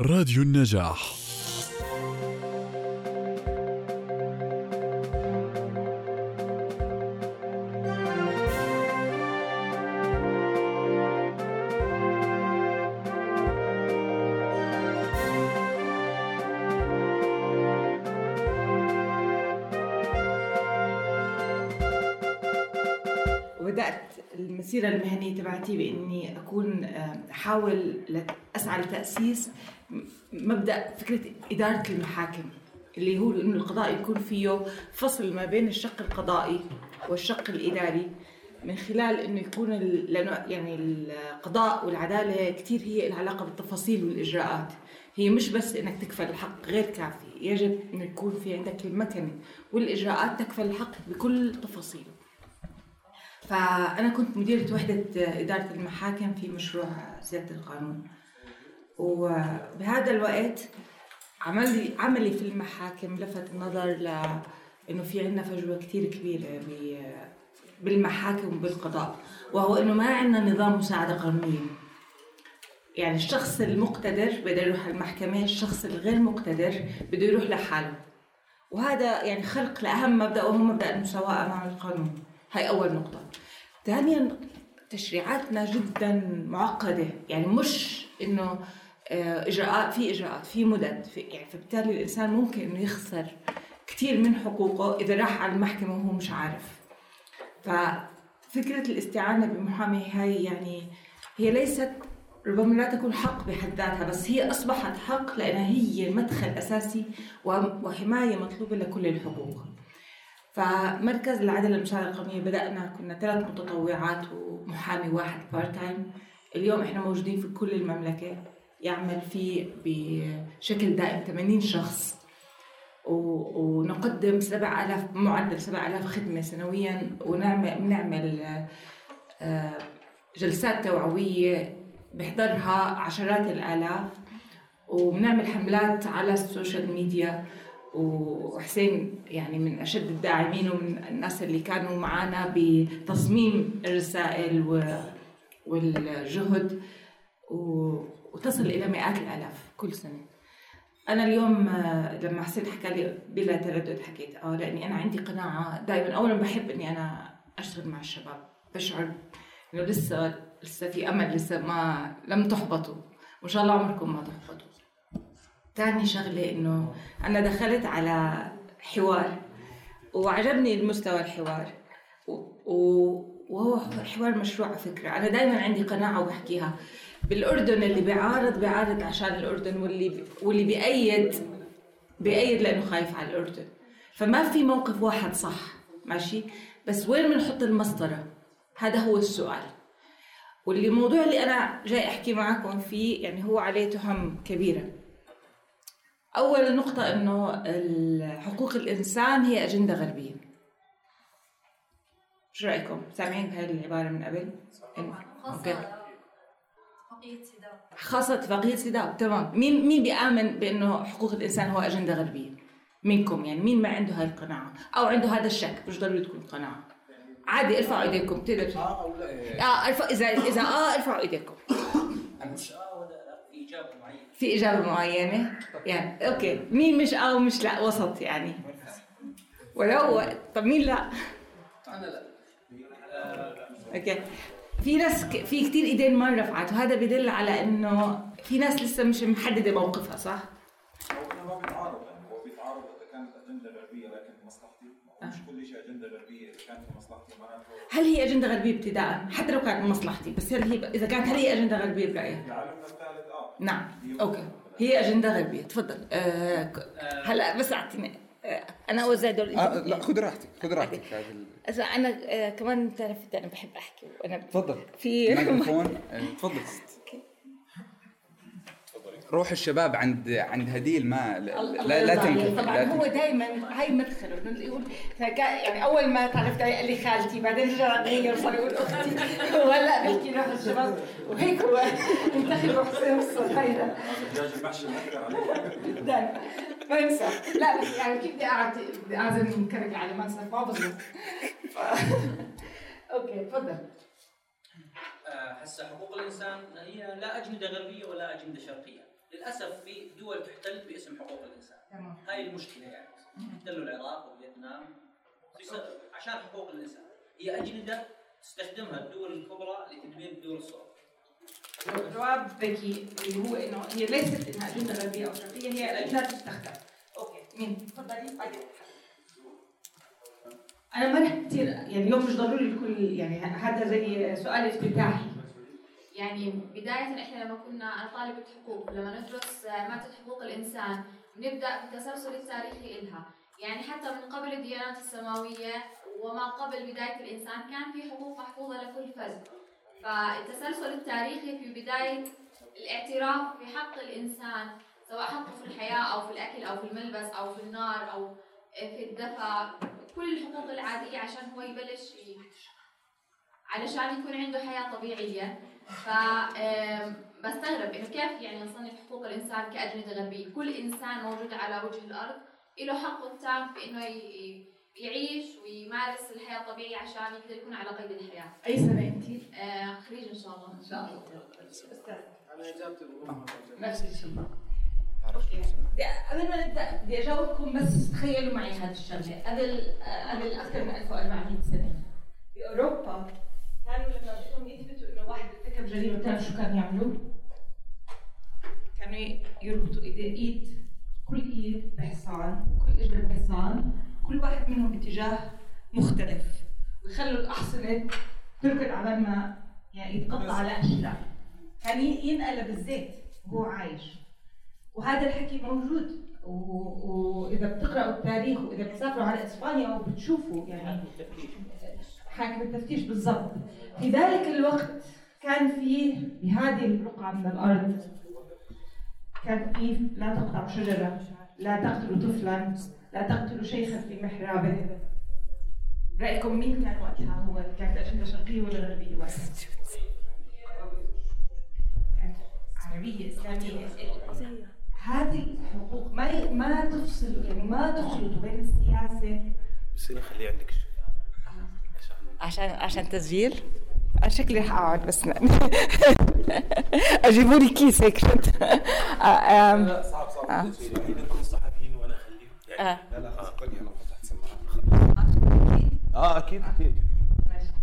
راديو النجاح. وبدأت المسيرة المهنية تبعتي بإني أكون أحاول أسعى لتأسيس مبدأ فكرة إدارة المحاكم، اللي هو إنه القضاء يكون فيه فصل ما بين الشق القضائي والشق الإداري، من خلال إنه يكون لأنه يعني القضاء والعدالة كتير هي العلاقة بالتفاصيل والإجراءات، هي مش بس إنك تكفل الحق غير كافي، يجب إنه يكون في عندك المكنة والإجراءات تكفل الحق بكل تفاصيله. فأنا كنت مديرة وحدة إدارة المحاكم في مشروع سيادة القانون، وبهذا الوقت عملي في المحاكم لفت النظر لأنه في عندنا فجوة كتير كبيرة بالمحاكم وبالقضاء، وهو أنه ما عندنا نظام مساعدة قانونية. يعني الشخص المقتدر بده يروح المحكمة، الشخص الغير مقتدر بده يروح لحاله، وهذا يعني خلق لأهم مبدأ وهو مبدأ المساواة أمام القانون. هاي أول نقطة. ثانياً تشريعاتنا جداً معقدة، يعني مش إنه إجراءات في مدد يعني، فبالتالي الإنسان ممكن إنه يخسر كتير من حقوقه إذا راح على المحكمة وهو مش عارف. ففكرة الاستعانة بمحامي هاي يعني هي ليست ربما لا تكون حق بحد ذاتها، بس هي أصبحت حق لأنها هي مدخل أساسي وحماية مطلوبة لكل الحقوق. فمركز العدالة المساعدة القانونية كنا 3 متطوعات ومحامي واحد بارت تايم. اليوم احنا موجودين في كل المملكة، يعمل فيه بشكل دائم 80 شخص، ونقدم 7000 معدل 7000 خدمة سنويا، ونعمل جلسات توعوية بحضرها عشرات الآلاف، وبنعمل حملات على السوشيال ميديا. وحسين يعني من أشد الداعمين ومن الناس اللي كانوا معنا بتصميم الرسائل والجهد، وتصل إلى مئات الآلاف كل سنة. أنا اليوم لما حسين حكى لي بلا تردد حكيت لأني أنا عندي قناعة دائما، أولا بحب أني أنا أشتغل مع الشباب، بشعر إنه لسه في أمل، لسه لم تحبطوا، وإن شاء الله عمركم ما تحبطوا. تاني شغلة إنه أنا دخلت على حوار وعجبني المستوى الحوار، وهو حوار مشروع فكرة. أنا دايما عندي قناعة وبحكيها، بالأردن اللي بيعارض عشان الأردن، واللي بيأيد لأنه خايف على الأردن. فما في موقف واحد صح، ماشي، بس وين بنحط المسطرة؟ هذا هو السؤال. والموضوع اللي أنا جاي أحكي معكم فيه يعني هو عليه تهم كبيرة. أول نقطة إنه حقوق الإنسان هي أجندة غربية. شو رأيكم؟ سامعين بهذه العبارة من قبل؟ خاصة اتفاقية سيداو. تمام. مين بيآمن بأنه حقوق الإنسان هو أجندة غربية؟ منكم يعني مين ما عنده هاي القناعة أو عنده هذا الشك؟ مش ضروري تكون قناعة، عادي ارفعوا إيديكم. تقدر أو لا. إذا ارفعوا إيديكم. مش ولا إجابة معينة. في إجابة معينة يعني أوكي. مين مش ومش لا، وسط يعني. ولو طب مين لا؟ أنا لا. أوكي. في ناس في كتير إيدين ما رفعت، وهذا بيدل على إنه في ناس لسه مش محددة موقفها، صح؟ هو بيتعارض، يعني هو بيتعارض إذا كانت أجندة غربية لكن مصلحتي، مش كل شيء أجندة غربية إذا كانت مصلحتي معناته. هل هي أجندة غربية ابتداء حتى لو كانت مصلحتي؟ بس إذا كانت هل هي أجندة غربية برأيك؟ العالم الثالث نعم. أوكي. هي أجندة غربية. تفضل. هلا بس أعطيني أنا أوزع دور. لا خذ راحتك. إذا أنا كمان تعرفت أنا بحب أحكي، وأنا تفضل في الميكروفون. تفضل روح الشباب عند هديل ما لا تنكر. طبعا هو دائما هاي مدخله انه يقول يعني اول ما تعرفت قال لي خالتي، بعدين رجع غير صار يقول اختي، وهلا بحكي روح الشباب، وهيك هو انتخب حسين الصوت هيدا جدا ما ينسى. لا بس يعني كيف بدي اعزم كرك على ما انسى ما بظبط. اوكي تفضل. هسه حقوق الإنسان هي لا أجندة غربية ولا أجندة شرقية، للاسف في دول تحتل باسم حقوق الانسان. تمام. هاي المشكله يعني احتلوا العراق وفيتنام عشان حقوق الانسان، هي اجنده تستخدمها الدول الكبرى لتدمير الدول الصغرى. جواب ذكي اللي هو انه هي ليست انها اجنده غربيه او شرقيه، هي الاجنده تستخدم. اوكي مين؟ تفضلي بعدين. انا ما رح كثير يعني اليوم مش ضروري الكل يعني هذا زي سؤال افتتاحي. يعني بداية احنا لما كنا أنا طالبة حقوق لما ندرس مادة حقوق الإنسان بنبدأ بالتسلسل التاريخي إلها، يعني حتى من قبل الديانات السماوية وما قبل بداية الإنسان كان في حقوق محفوظة لكل فرد. فالتسلسل التاريخي في بداية الاعتراف بحق الإنسان سواء حقه في الحياة أو في الأكل أو في الملبس أو في النار أو في الدفء، كل الحقوق العادية عشان هو يبلش علشان يكون عنده حياة طبيعية. بستغرب إنه كيف يعني نصنف حقوق الإنسان كأجندة غربية. كل إنسان موجود على وجه الأرض له حقه التام في إنه يعيش ويمارس الحياة الطبيعية عشان يقدر يكون على قيد الحياة. أي سنة أنت؟ خريج إن شاء الله. إن شاء الله. أستاذ. أنا إجابتي نفس الشيء. أوكي. قبل ما نبدأ بدي أجاوبكم بس تخيلوا معي هذه الشغلة. قبل أكثر من 1400 سنة بأوروبا كانوا لما بدهم يثبتوا إنه واحد ارتكب جريمة بتعرف شو كانوا يعملوا؟ كانوا يربطوا إيد كل إيد بحصان، كل إجر بحصان، كل واحد منهم باتجاه مختلف، ويخلوا الأحصنة تركض على ما يعني يتقطع على أشلاء. كان ينقلب الزيت وهو عايش. وهذا الحكي موجود وإذا بتقرأوا التاريخ وإذا بتسافروا على إسبانيا وبتشوفوا يعني حاكم التفتيش بالضبط. في ذلك الوقت كان في بهذه الرقعة من الأرض كان في لا تقطعوا شجرة، لا تقتلوا طفلا، لا تقتلوا شيخا في محرابه. رأيكم مين كان وقتها هو كانت أجندة شرقية ولا غربية وقتها؟ كانت عربية إسلامية. هذه الحقوق ما تفصل يعني ما تخلط بين السياسة. بس خليه عندك عشان تسجيل؟ شكلي رح اقعد بس اجيبوا لي كيس هيك لا صعب عندكم الصحفيين وانا اخليهم لا خليني انا فتحت سماعه اكيد ماشي.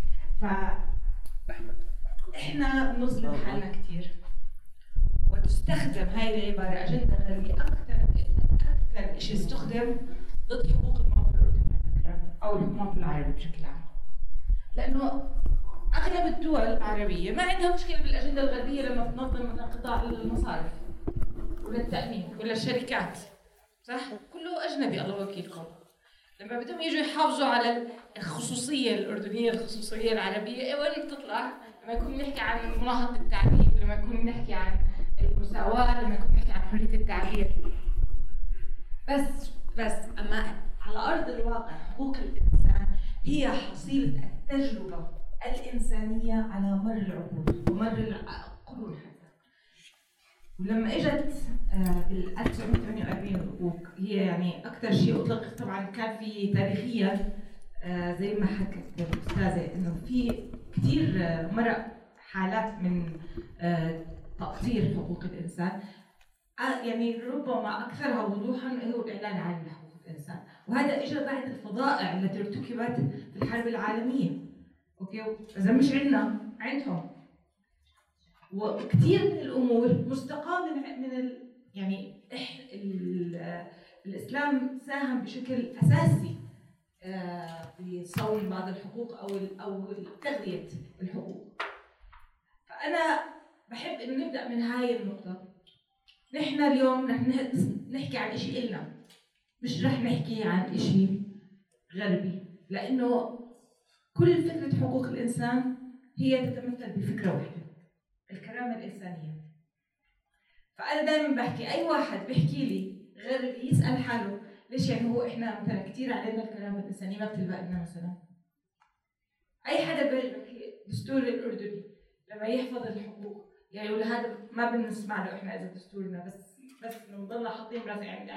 احنا بنظلم حالنا كثير وتستخدم هاي العباره اجنده غربيه اكثر شيء استخدم ضد حقوق المواطن الاردني او المواطن العربي بشكل عام، لانه اغلب الدول العربيه ما عندها مشكله بالاجنده الغربيه لما تنظم مثلا قطاع المصارف ولا التامين ولا الشركات، صح؟ كله اجنبي الله وكيلكم. لما بدهم يجوا يحافظوا على الخصوصيه الاردنيه الخصوصيه العربيه وين بتطلع؟ لما يكون نحكي عن مناهضه التعريب، لما يكون نحكي عن المساواه، لما يكون نحكي عن حريه التعبير. بس اما على ارض الواقع حقوق الانسان هي حصيله التجربه الإنسانية على مر العقود ومر القرون حتى. ولما اجت بال 1948 وهي يعني أكثر شيء أطلق طبعاً كان في تاريخيا زي ما حكت الأستاذة إنه في كثير مرق حالات من تقصير حقوق الإنسان، يعني ربما أكثرها وضوحاً هو الإعلان العالمي لحقوق الإنسان، وهذا اجى بعد الفظائع التي ارتكبت في الحرب العالمية. اوكي اذا مش عندهم وكثير من الامور مستقاه من يعني الاسلام ساهم بشكل اساسي بصون بعض الحقوق او تغذيه الحقوق. فانا بحب انه نبدا من هاي النقطه. نحن اليوم رح نحكي عن شيء إلنا، مش رح نحكي عن شيء غربي، لانه كل فكرة حقوق الإنسان هي تتمثل بفكرة واحدة، الكرامة الإنسانية. فأنا دائما بحكي أي واحد بيحكي لي غربي يسأل حاله ليش يعني هو إحنا مثلا كثير علينا الكرامة الإنسانية ما بتلبق لنا مثلا. أي حدا بيحكي الدستور الأردني لما يحفظ الحقوق يعني ولا هذا ما بنسمع له إحنا إذا دستورنا بس نضلنا حاطين راسنا يعني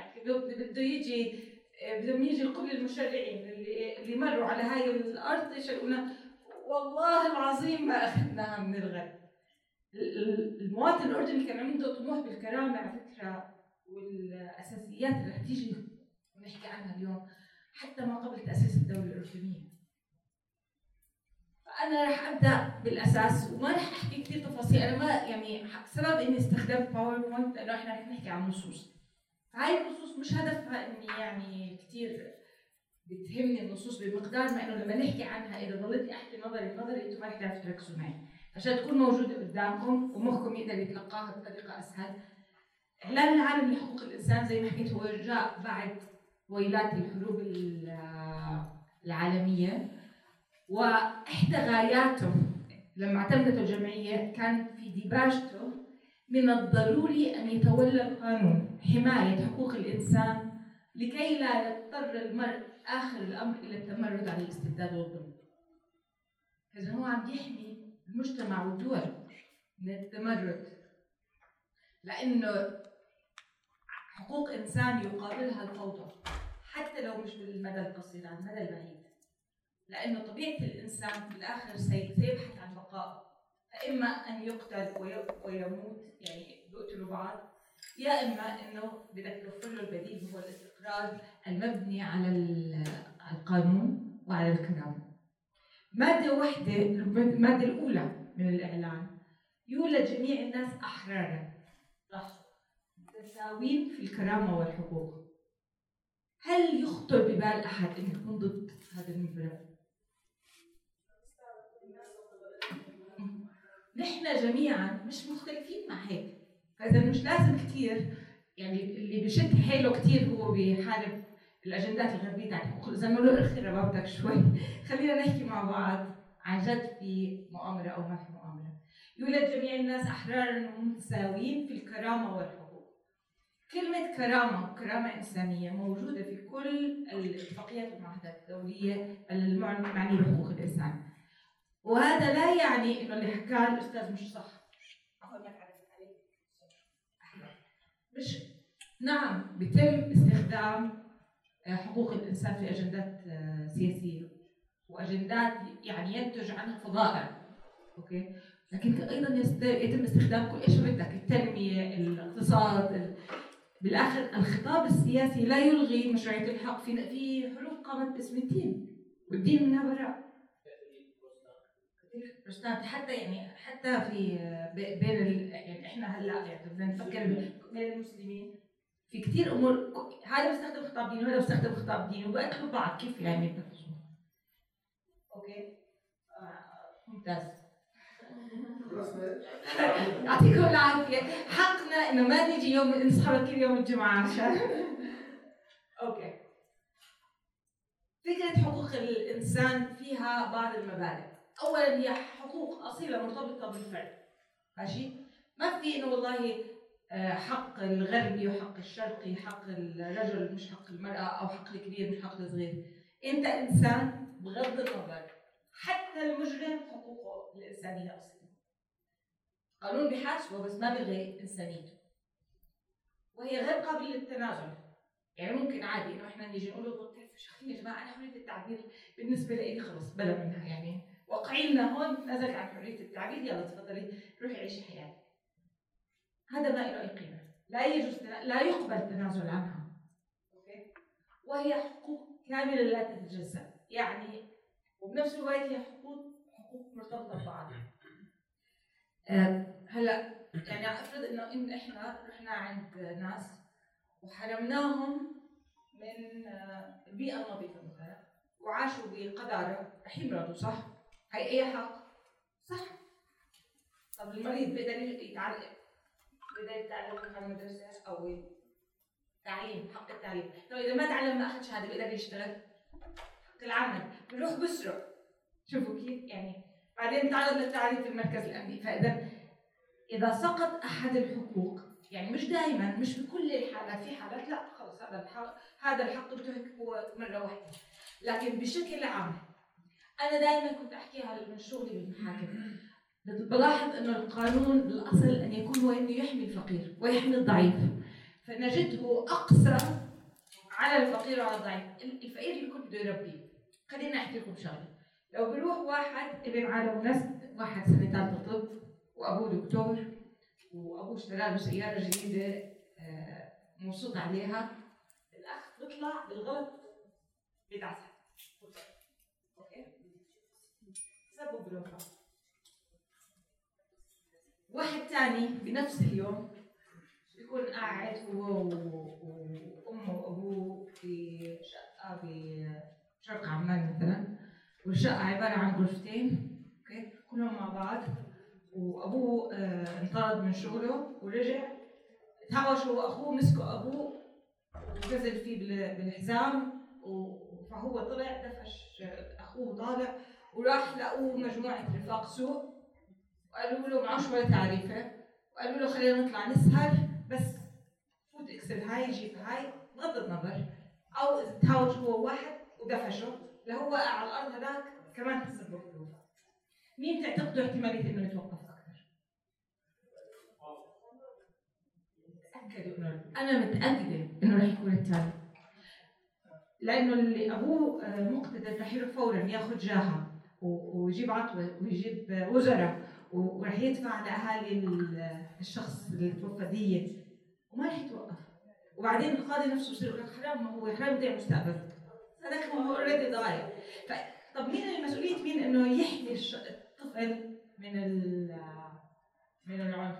بدهم يجي كل المشرعين اللي مروا على هاي الارض يقولون والله العظيم ما اخذناها من الغرب. المواطن الاردني كان عنده طموح الطموح بالكرامة على فكرة والأساسيات اللي رح تيجي ونحكي عنها اليوم حتى ما قبل تأسيس الدولة الأردنية. فأنا رح أبدأ بالأساس وما رح أحكي كثير تفاصيل. أنا ما يعني سبب إني استخدمت باوربوينت لأنه إحنا رح نحكي عن نصوص. هاي النصوص مش هدفها إني يعني كثير بتهمني النصوص بمقدار ما إنه لما نحكي عنها إذا ضليت أحكي نظري أنتم ما رح تعرفوا تركزوا معي. عشان تكون موجودة قدامكم ومخكم يقدر يتلقاها بطريقة أسهل. إعلان العالم لحقوق الإنسان زي ما حكيت هو جاء بعد ويلات الحروب العالمية، وإحدى غاياته لما اعتمدته الجمعية كانت في ديباجته من الضروري أن يتولى القانون حماية حقوق الإنسان لكي لا يضطر المرء آخر الأمر إلى التمرد على الاستبداد والظلم. إذا هو عم يحمي المجتمع والدول من التمرد، لأنه حقوق إنسان يقابلها الفوضى حتى لو مش بالمدى القصير، على المدى البعيد. لأنه طبيعة الإنسان بالآخر سيبحث عن بقاء، فإما أن يقتل ويموت يعني بيقتلوا بعض، يا إما إنه بدك توفر له البديل هو الاستقرار المبني على القانون وعلى الكرامة. مادة واحدة، المادة الأولى من الإعلان، يولد جميع الناس أحرارا متساوين في الكرامة والحقوق. هل يخطر ببال أحد أن يكون ضد هذا المبدأ؟ نحن جميعا مش مختلفين مع هيك، فإذا مش لازم كثير يعني اللي بشد حيله كثير هو بيحارب الأجندات الغربية تاعت حقوق الإنسان. نقول له ارخي ربابتك شوي، خلينا نحكي مع بعض عن جد في مؤامرة أو ما في مؤامرة. يولد جميع الناس أحرارا ومتساوين في الكرامة والحقوق. كلمة كرامة وكرامة إنسانية موجودة في كل الاتفاقيات والمعاهدات الدولية المعنية بحقوق الإنسان، وهذا لا يعني إنه اللي حكاه الأستاذ مش صح. مش نعم بيتم استخدام حقوق الإنسان في أجندات سياسية وأجندات يعني ينتج عنها فضائع، أوكي، لكن أيضا يتم استخدام كل إيش بدك، التنمية، الاقتصاد. بالآخر الخطاب السياسي لا يلغي مشروعية الحق. في حروب قامت باسم الدين والدين منها براء. حتى يعني حتى في بين يعني احنا هلا يعني بدنا نفكر بين المسلمين في كثير امور، هذا بيستخدم خطاب ديني وهذا بيستخدم خطاب ديني وبيقتلوا بعض. كيف يعني بتفهموا؟ اوكي ممتاز. يعطيكم العافيه. حقنا انه ما نيجي يوم نصحى بكير يوم الجمعه عشان اوكي. فكره حقوق الانسان فيها بعض المبادئ. اولا هي حقوق اصيله مرتبطه بالفرد، ماشي؟ ما في انه والله حق الغربي وحق الشرقي، حق الرجل مش حق المراه، او حق الكبير مش حق الصغير. انت انسان بغض النظر. حتى المجرم حقوقه الانسانيه اصيله. قانون بيحاسبه بس ما بيلغي انسانيته، وهي غير قابله للتنازل. يعني ممكن عادي انه احنا نيجي نقول له بتعرفوا شو يا جماعه، انا حريه التعبير بالنسبه لي خلص بلا منها، يعني وقعي لنا هون نزلت عن حريه التعبير، يلا تفضلي روحي عيشي حياتك. هذا ما له اي قيمه، لا يجوز، لا يقبل التنازل عنها. اوكي؟ وهي حقوق كامله لا تتجزا، يعني وبنفس الوقت هي حقوق مرتبطه ببعض. هلا يعني افرض انه إن احنا رحنا عند ناس وحرمناهم من البيئه النظيفه مثلا وعاشوا بقذاره، رح يمرضوا صح؟ هي اي حق؟ صح. طب المريض بيقدر يتعلم، بيقدر يتعلم في المدرسه او تعليم، حق التعليم. طب اذا ما تعلم ما اخذ شهاده بيقدر يشتغل؟ حق العمل، بيروح بسرق. شوفوا كيف يعني. بعدين تعرض للتعريف في المركز الامني. فاذا سقط احد الحقوق، يعني مش دائما، مش بكل الحالات، في حالات لا خلص هذا الحق بتهك هو مره واحده، لكن بشكل عام انا دائما كنت احكيها من شغلي بالمحاكم. بلاحظ انه القانون بالاصل ان يكون هو انه يحمي الفقير ويحمي الضعيف، فنجده اقسى على الفقير وعلى الضعيف. الفقير الكل بده يربيه. خلينا احكي لكم شغله. لو بروح واحد ابن عالم ونسب، واحد سنه ثالثه طب وابوه دكتور وابوه اشترى له سياره جديده موثوق عليها، الاخ بيطلع بالغلط بيدعسها. اوكي؟ سبب بالوفاه. واحد ثاني بنفس اليوم بيكون قاعد هو وامه وابوه في شقه بشرق عمان مثلا، والشقه عباره عن غرفتين، اوكي، كلهم مع بعض، وابوه انطرد من شغله ورجع تهاوش هو واخوه، مسكوا ابوه ونزل فيه بالحزام، فهو طلع دفش اخوه طالع، وراح لقوه مجموعه رفاق سوء وقالوا له معوش ولا تعريفه، وقالوا له خلينا نطلع نسهر بس فوت اكسر هاي جيب هاي بغض النظر، او اذا تهاوش هو واحد ودفشه لهو واقع على الارض هذاك كمان تسبب له. مين تعتقدوا احتماليه انه يتوقف اكثر؟ انا متاكده انه رح يكون الثاني، لانه اللي ابوه مقتدر رح يروح فورا ياخذ جاهه ويجيب عطوه ويجيب وزراء ورح يدفع لاهالي الشخص اللي توفى دية وما رح يتوقف. وبعدين القاضي نفسه يصير يقول لك حرام، ما هو حرام يضيع مستقبل هذاك، هو اوريدي ضايع. طب مين المسؤوليه؟ مين انه يحمي الطفل من العنف؟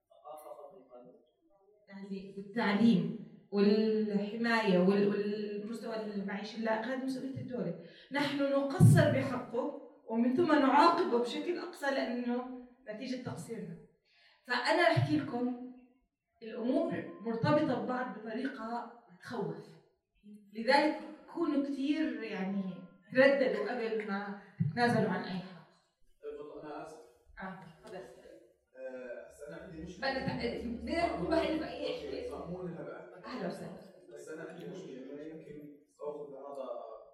والتعليم والحمايه والمستوى المعيشي اللائق، هذه مسؤوليه الدوله. نحن نقصر بحقه ومن ثم نعاقبه بشكل اقصى لانه نتيجه تقصيرنا. فانا احكي لكم الامور مرتبطه ببعض بطريقه تخوف، لذلك كونوا كثير يعني ترددوا قبل ما تتنازلوا عن اي حق. انا اسف. خلص. انا عندي مشكله. بدنا كل واحد يبقى يحكي. مو لها بعد. اهلا وسهلا. بس انا عندي مشكله، انا يمكن اخذ هذا،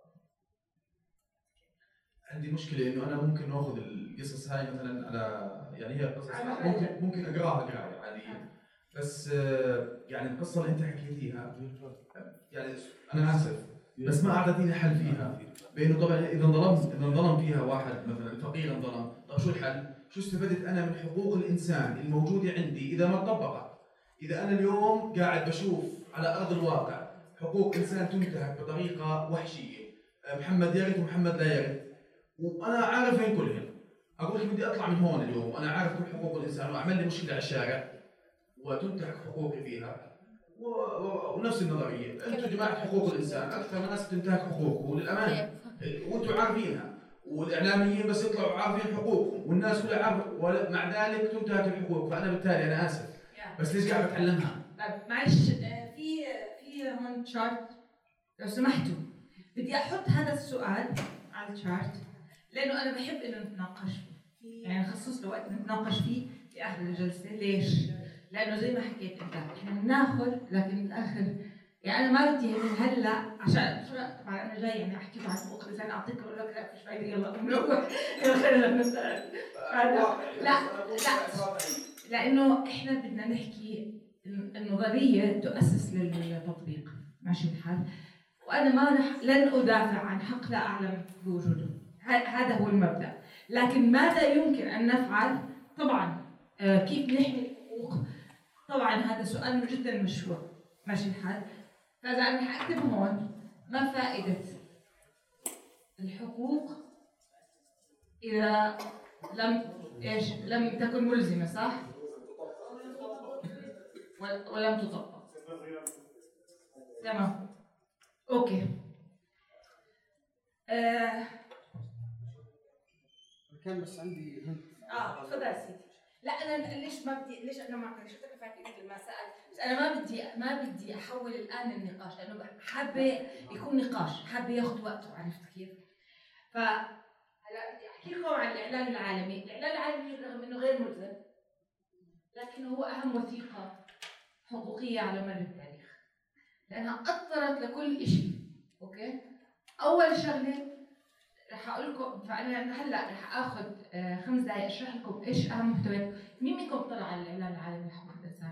عندي مشكله انه انا ممكن اخذ القصص هاي مثلا على، يعني هي قصص ممكن اقراها قرايه عاديه، بس يعني القصه اللي انت حكيتيها يعني انا اسف بس ما اعطيتيني حل فيها، بانه طبعا اذا انظلم فيها واحد مثلا فقير انظلم، طب شو الحل؟ شو استفدت انا من حقوق الانسان الموجوده عندي اذا ما طبقت؟ اذا انا اليوم قاعد بشوف على ارض الواقع حقوق انسان تنتهك بطريقه وحشيه، محمد يرث ومحمد لا يرث، وانا عارف وين كلهم، اقول لك بدي اطلع من هون اليوم وانا عارف كل حقوق الانسان واعمل لي مشكله على الشارع وتنتهك حقوقي فيها، ونفس النظريه، انتم جماعه حقوق الانسان اكثر ناس تنتهك حقوقه وللامانه، وانتم عارفينها، والاعلاميين بس يطلعوا عارفين حقوقهم والناس كلها عارفه، ومع ذلك تنتهك الحقوق، فانا بالتالي انا اسف بس ليش قاعد اتعلمها؟ معلش في هون تشارت لو سمحتوا، بدي احط هذا السؤال على التشارت لانه انا بحب انه نتناقش فيه، يعني نخصص له وقت نتناقش فيه في اخر الجلسه. ليش؟ لانه زي ما حكيت انت احنا بناخذ لكن بالاخر يعني انا ما بدي هلا عشان طبعا انا جاي يعني احكي عن حقوق الانسان اعطيك اقول لك لا فيش فايده يلا نروح خلينا نسال. لا لانه احنا بدنا نحكي النظريه تؤسس للتطبيق، ماشي الحال، وانا ما لن ادافع عن حق لا اعلم بوجوده، هذا هو المبدا، لكن ماذا يمكن ان نفعل؟ طبعا كيف نحمي الحقوق؟ طبعا هذا سؤال جدا مشروع، ماشي الحال. فاذا انا حاكتب هون ما فائده الحقوق اذا لم تكن ملزمه، صح؟ ولم تطبق. تمام. اوكي. كان بس عندي هنت. تفضل يا سيدي. لا انا ليش انا ما شفت فاتت المسائل، بس انا ما بدي احول الان النقاش لانه حابه يكون نقاش، حابه ياخذ وقته، عرفت كيف؟ هلا بدي احكي لكم عن الاعلان العالمي، الاعلان العالمي رغم انه غير ملزم لكن هو اهم وثيقه حقوقيه على مر التاريخ لانها اثرت لكل شيء. اوكي؟ اول شغله رح اقول لكم، فانا هلا رح اخذ 5 دقائق اشرح لكم ايش اهم محتويات. مين منكم طلع على الاعلان العالمي لحقوق الانسان؟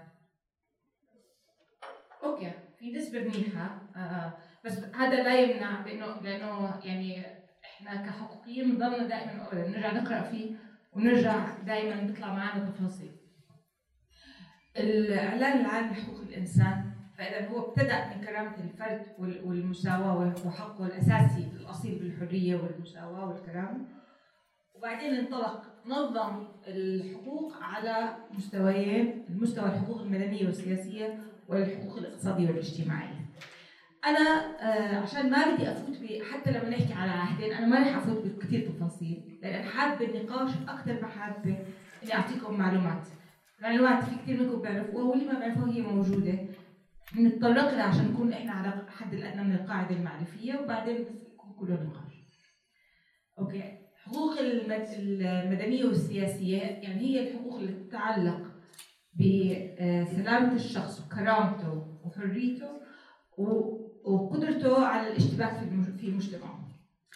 اوكي، في نسبه منيحه، بس هذا لا يمنع لانه يعني احنا كحقوقيين بنضلنا دائما نرجع نقرا فيه ونرجع دائما بيطلع معنا تفاصيل. الإعلان العالمي لحقوق الإنسان، فإذا هو ابتدأ من كرامة الفرد والمساواة وحقه الأساسي الأصيل بالحرية والمساواة والكرامة، وبعدين انطلق نظم الحقوق على مستويين: المستوى الحقوق المدنية والسياسية والحقوق الاقتصادية والاجتماعية. أنا عشان ما بدي أفوت حتى لما نحكي على عهدين أنا ما رح أفوت بكثير تفاصيل، لأن حابة النقاش أكثر ما حابة إني أعطيكم معلومات في كثير منكم بيعرفوها واللي ما بيعرفوها هي موجودة، نتطرق لها عشان نكون إحنا على حد الأدنى من القاعدة المعرفية، وبعدين يكون كله نقاش. أوكي، حقوق المدنية والسياسية يعني هي الحقوق اللي تتعلق بسلامة الشخص وكرامته وحريته وقدرته على الاشتباك في مجتمعه.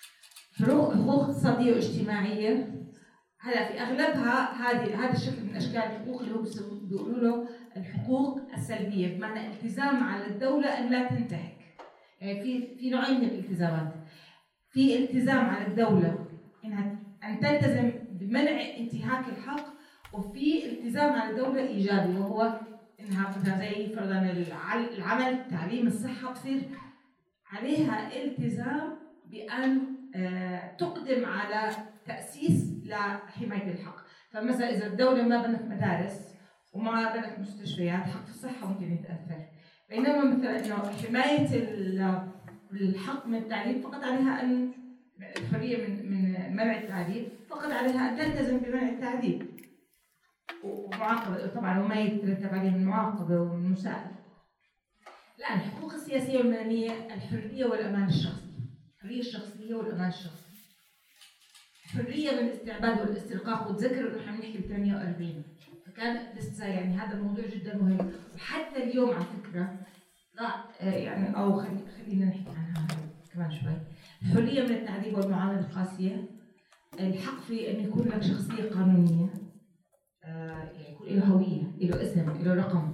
حقوق اقتصادية واجتماعية هلا في اغلبها هذا الشكل من اشكال الحقوق اللي هو بيقولوا له الحقوق السلبية، بمعنى التزام على الدولة ان لا تنتهك. يعني في نوعين من الالتزامات، في التزام على الدولة انها ان تلتزم بمنع انتهاك الحق، وفي التزام على الدولة ايجابي وهو انها مثلا زي فرضا العمل، التعليم، الصحه بصير عليها التزام بان تقدم على تاسيس لحمايه الحق. فمثلا اذا الدوله ما بنت مدارس وما بنت مستشفيات، حق الصحه ممكن يتاثر. بينما مثلا انه حمايه الحق من التعليم فقط عليها ان الحريه من منع التعذيب، فقط عليها ان تلتزم بمنع التعذيب ومعاقبة طبعا، وما يترتب عليه من معاقبة ومن مساءلة. لا، الحقوق السياسية والمدنية الحرية والأمان الشخصي، الحرية الشخصية والأمان الشخصي، الحرية من الاستعباد والاسترقاق. وتذكروا نحن بنحكي ب 48 فكان لسه يعني هذا الموضوع جدا مهم، وحتى اليوم على فكرة لا يعني أو خلينا نحكي عنها كمان شوي. الحرية من التعذيب والمعاملة القاسية، الحق في أن يكون لك شخصية قانونية، يكون له هوية، له اسم، له رقم.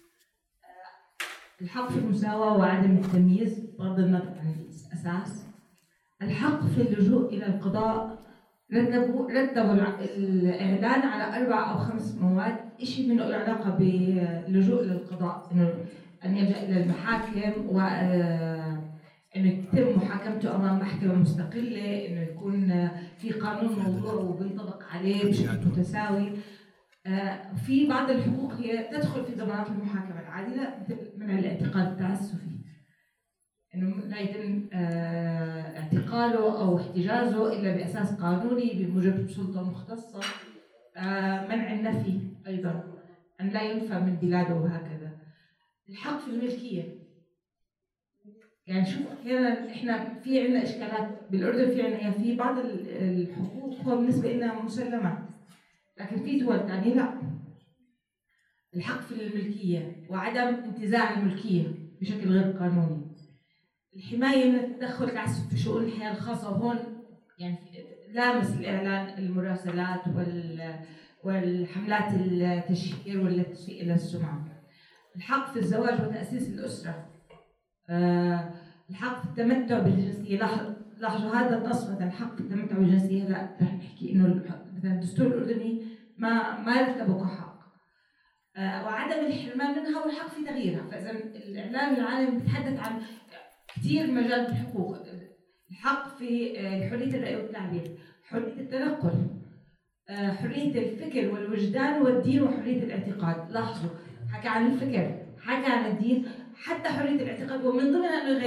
الحق في المساواة وعدم التمييز بغض النظر عن الأساس. الحق في اللجوء إلى القضاء، رتبوا الإعلان على 4 أو 5 مواد، شيء منه له علاقة باللجوء للقضاء، إنه أن يلجأ إلى المحاكم وإنه يتم محاكمته أمام محكمة مستقلة، إنه يكون في قانون موضوع وبينطبق عليه بشكل متساوي. في بعض الحقوق هي تدخل في ضمانات المحاكمة العادلة، مثل منع الاعتقال التعسفي، إنه لا يتم اعتقاله أو احتجازه إلا بأساس قانوني بموجب سلطة مختصة. منع النفي أيضا، أن لا ينفى من بلاده وهكذا. الحق في الملكية، يعني شوف أحيانا إحنا في عندنا إشكالات بالأردن، في عندنا في بعض الحقوق هو بالنسبة لنا مسلمات، لكن في دول ثانية لا. الحق في الملكية وعدم انتزاع الملكية بشكل غير قانوني. الحماية من التدخل التعسف في شؤون الحياة الخاصة، وهون يعني لامس الإعلان المراسلات والحملات التشهير والتسويق إلى السمعة. الحق في الزواج وتأسيس الأسرة. الحق في التمتع بالجنسية، لاحظوا هذا النص مثلا الحق في التمتع بالجنسية، لا رح نحكي إنه مثلا الدستور الأردني ما رتبه كحق. وعدم الحرمان منها والحق في تغييرها. فإذا الإعلام العالمي بيتحدث عن كثير مجال من الحقوق: الحق في حرية الرأي والتعبير، حرية التنقل، حرية الفكر والوجدان والدين وحرية الاعتقاد. لاحظوا حكى عن الفكر، حكى عن الدين، حتى حرية الاعتقاد، ومن ضمنها أنه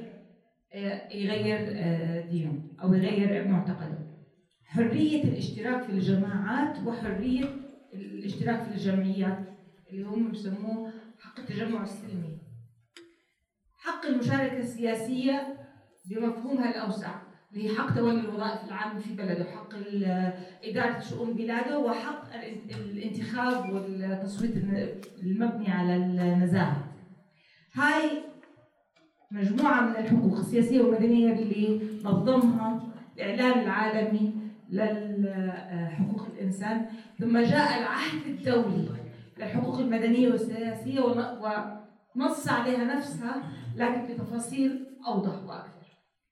يغير دينه أو يغير معتقده. حرية الاشتراك في الجماعات وحرية الاشتراك في الجمعيات اللي هم بسموه حق التجمع السلمي. حق المشاركة السياسية بمفهومها الأوسع، اللي هي حق تولي الوظائف العامة في بلده، حق إدارة شؤون بلاده، وحق الانتخاب والتصويت المبني على النزاهة. هاي مجموعة من الحقوق السياسية والمدنية اللي نظمها الإعلان العالمي لحقوق الإنسان. ثم جاء العهد الدولي للحقوق المدنية والسياسية ونص عليها نفسها لكن بتفاصيل أوضح وأكثر.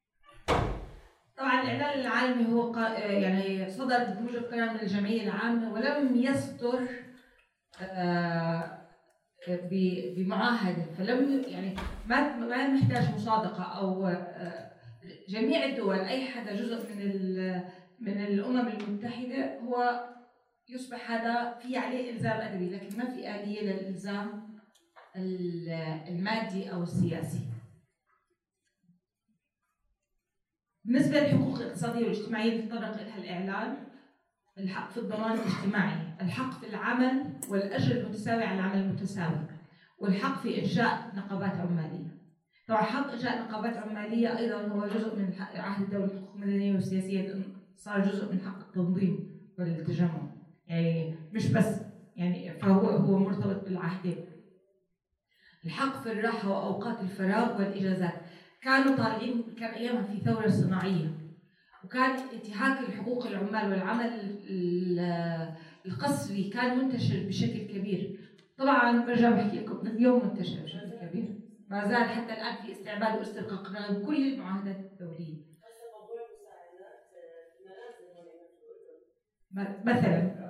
طبعا الإعلان العالمي هو يعني صدر بموجب قرار من الجمعية العامة، ولم يصدر بمعاهده، فلم يعني ما محتاج مصادقه او جميع الدول، اي حدا جزء من الامم المتحده هو يصبح هذا في عليه الزام ادبي، لكن ما في اليه للالزام المادي او السياسي. بالنسبه للحقوق الاقتصاديه والاجتماعيه اللي تطرق لها الاعلان، الحق في الضمان الاجتماعي، الحق في العمل والاجر المتساوي على العمل المتساوي، والحق في انشاء نقابات عماليه. طبعا حق انشاء نقابات عماليه ايضا هو جزء من العهد الدولي للحقوق المدنيه والسياسيه، صار جزء من حق التنظيم والتجمع، يعني مش بس يعني، فهو مرتبط بالعهدين. الحق في الراحه واوقات الفراغ والاجازات، كانوا طالعين، كان ايامها في ثوره صناعيه، وكان انتهاك الحقوق العمال والعمل القسري كان منتشر بشكل كبير. طبعا برجع بحكي لكم اليوم منتشر بشكل كبير، ما زال حتى الان في استعباد واسترقاق رغم كل المعاهدات الدوليه. مثلا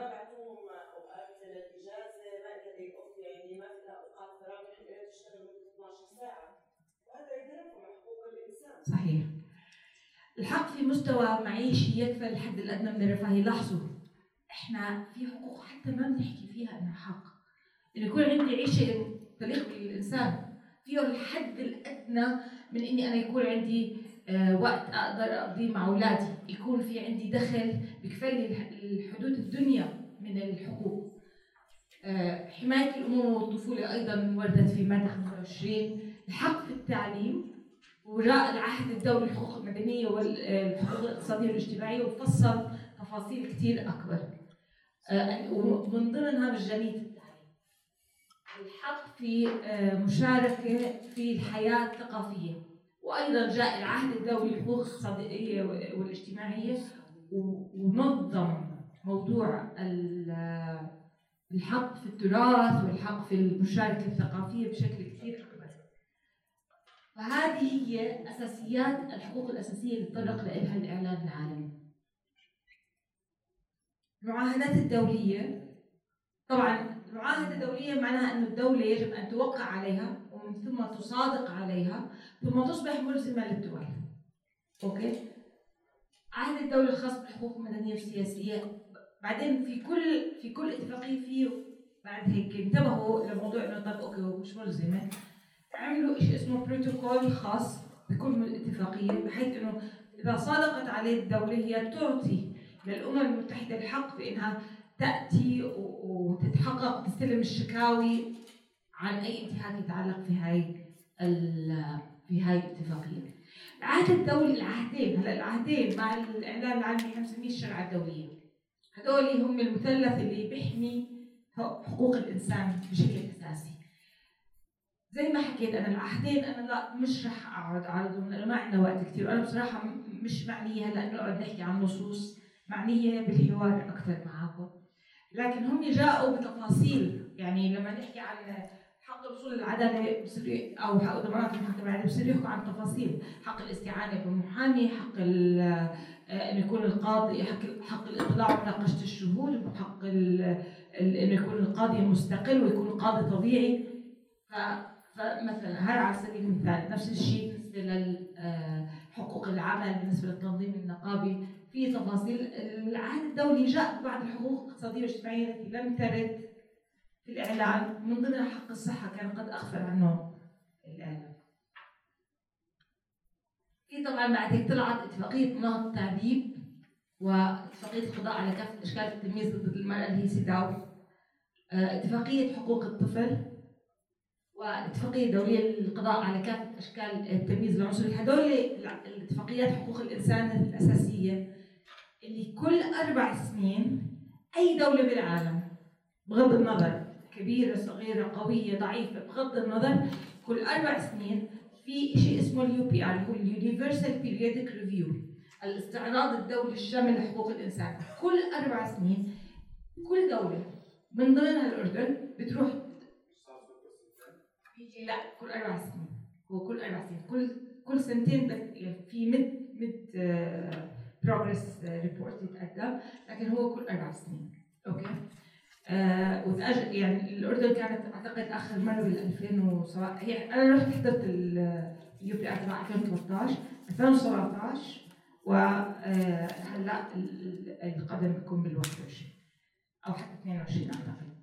صحيح. الحق في مستوى معيشي يكفل الحد الادنى من الرفاهيه. لاحظوا احنا في حقوق حتى ما بنحكي فيها انها حق، انه يكون عندي عيشه تليق بالانسان، فيه الحد الادنى من اني انا يكون عندي وقت اقدر اقضيه مع اولادي، يكون في عندي دخل بكفلني الحدود الدنيا من الحقوق. حمايه الامومه والطفوله ايضا وردت في ماده 25. الحق في التعليم، وجاء العهد الدولي للحقوق المدنيه والحقوق الاقتصاديه والاجتماعيه وفصل تفاصيل كثير اكبر، ومن ضمنها مجانيه التعليم. الحق في مشاركه في الحياه الثقافيه، وايضا جاء العهد الدولي للحقوق الاقتصاديه والاجتماعيه ونظم موضوع الحق في التراث والحق في المشاركه الثقافيه بشكل كثير اكبر. فهذه هي اساسيات الحقوق الاساسيه اللي تطرق لها الاعلان العالمي. المعاهدات الدوليه، طبعا المعاهده الدوليه معناها انه الدوله يجب ان توقع عليها ومن ثم تصادق عليها ثم تصبح ملزمه للدول. اوكي؟ عهد الدولي الخاص بالحقوق المدنيه والسياسيه، بعدين في كل اتفاقيه فيه بعد هيك انتبهوا لموضوع انه طب اوكي هو مش ملزمه، عملوا شيء اسمه بروتوكول خاص بكل اتفاقيه، بحيث انه اذا صادقت عليه الدوله هي تعطي للامم المتحده الحق بانها تاتي وتتحقق وتستلم الشكاوي عن اي انتهاك يتعلق في هاي الاتفاقيه. العهد الدولي، العهدين، هلا العهدين مع الاعلان العالمي احنا بنسميه الشرع الدوليه. هدول هم المثلث اللي بيحمي حقوق الانسان بشكل اساسي. زي ما حكيت انا العهدين انا لا مش رح اقعد اعرضهم لانه ما عندنا وقت كثير، وانا بصراحه مش معنيه هلا انه نقعد نحكي عن نصوص، معنيه بالحوار اكثر معاكم. لكن هم جاءوا بتفاصيل، يعني لما نحكي عن حق الوصول للعداله بصير او حق ضمانات المجتمع بصير يحكوا عن تفاصيل، حق الاستعانه بمحامي، حق انه يكون القاضي، حق الاطلاع ومناقشه الشهود، حق انه يكون القاضي مستقل ويكون قاضي طبيعي. فمثلا هذا على سبيل المثال. نفس الشيء بالنسبه لحقوق العمل، بالنسبه للتنظيم النقابي، في تفاصيل. العهد الدولي جاء ببعض الحقوق الاقتصاديه والاجتماعيه التي لم ترد في الاعلان، من ضمنها حق الصحه كان قد اغفل عنه الاعلان. في طبعا بعد هيك طلعت اتفاقيه مناهضه التعذيب واتفاقيه القضاء على كافه اشكال التمييز ضد المراه اللي هي سيداو، اتفاقيه حقوق الطفل، واتفاقيه دوليه للقضاء على كافه اشكال التمييز العنصري. هدول الاتفاقيات حقوق الانسان الاساسيه اللي كل 4 سنين اي دوله بالعالم بغض النظر كبيره صغيره قويه ضعيفه بغض النظر، كل 4 سنين في شيء اسمه اليو بي ار، هو اليونيفرسال بيريودك ريفيو، الاستعراض الدولي الشامل لحقوق الانسان. كل 4 سنين كل دوله من ضمنها الاردن بتروح، لا كل 4 سنين، هو كل 4 سنين، كل سنتين في ميد بروجرس ريبورت يتقدم، لكن هو كل 4 سنين. اوكي؟ وتأجل. يعني الأردن كانت أعتقد آخر مرة بال 2007 هي أنا رحت حضرت اليو بي آر تبع 2013 2017 وهلا القادم بيكون بال 21 أو حتى 22 أعتقد.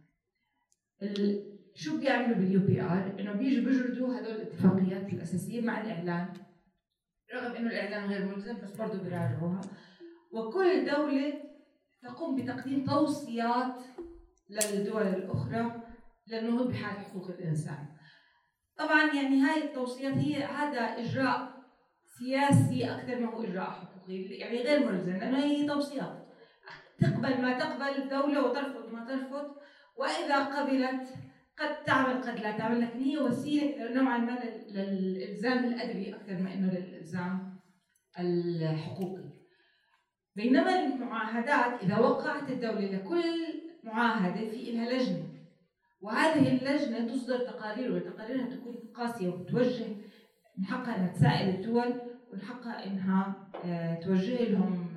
شو بيعملوا باليو بي آر؟ إنه بيجردوا هدول الاتفاقيات الأساسية مع الإعلان، رغم إنه الإعلان غير ملزم بس برضه بيراجعوها، وكل دولة تقوم بتقديم توصيات للدول الأخرى للنهوض بحال حقوق الإنسان. طبعاً يعني هاي التوصيات هذا إجراء سياسي أكثر ما هو إجراء حقوقي، يعني غير ملزم لأنه هي توصيات تقبل ما تقبل الدولة وترفض ما ترفض، وإذا قبلت قد تعمل قد لا تعمل، لكن هي وسيلة نوعاً ما للإلزام الأدبي أكثر ما إنه للإلزام الحقوقي. بينما المعاهدات إذا وقعت الدولة لكل معاهدة في لها لجنة، وهذه اللجنة تصدر تقارير وتقاريرها تكون قاسية وتوجه من حقها أنها تسائل الدول ومن حقها أنها توجه لهم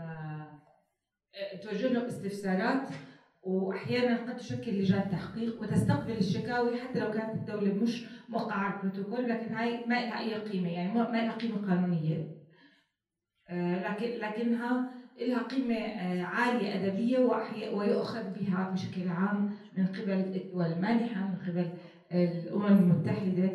استفسارات، وأحيانا قد تشكل لجان تحقيق وتستقبل الشكاوي حتى لو كانت الدولة مش موقعة على البروتوكول، لكن هاي ما لها أي قيمة، يعني ما لها قيمة قانونية، لكنها لها قيمة عالية أدبية ويؤخذ بها بشكل عام من قبل الدول المانحة، من قبل الأمم المتحدة.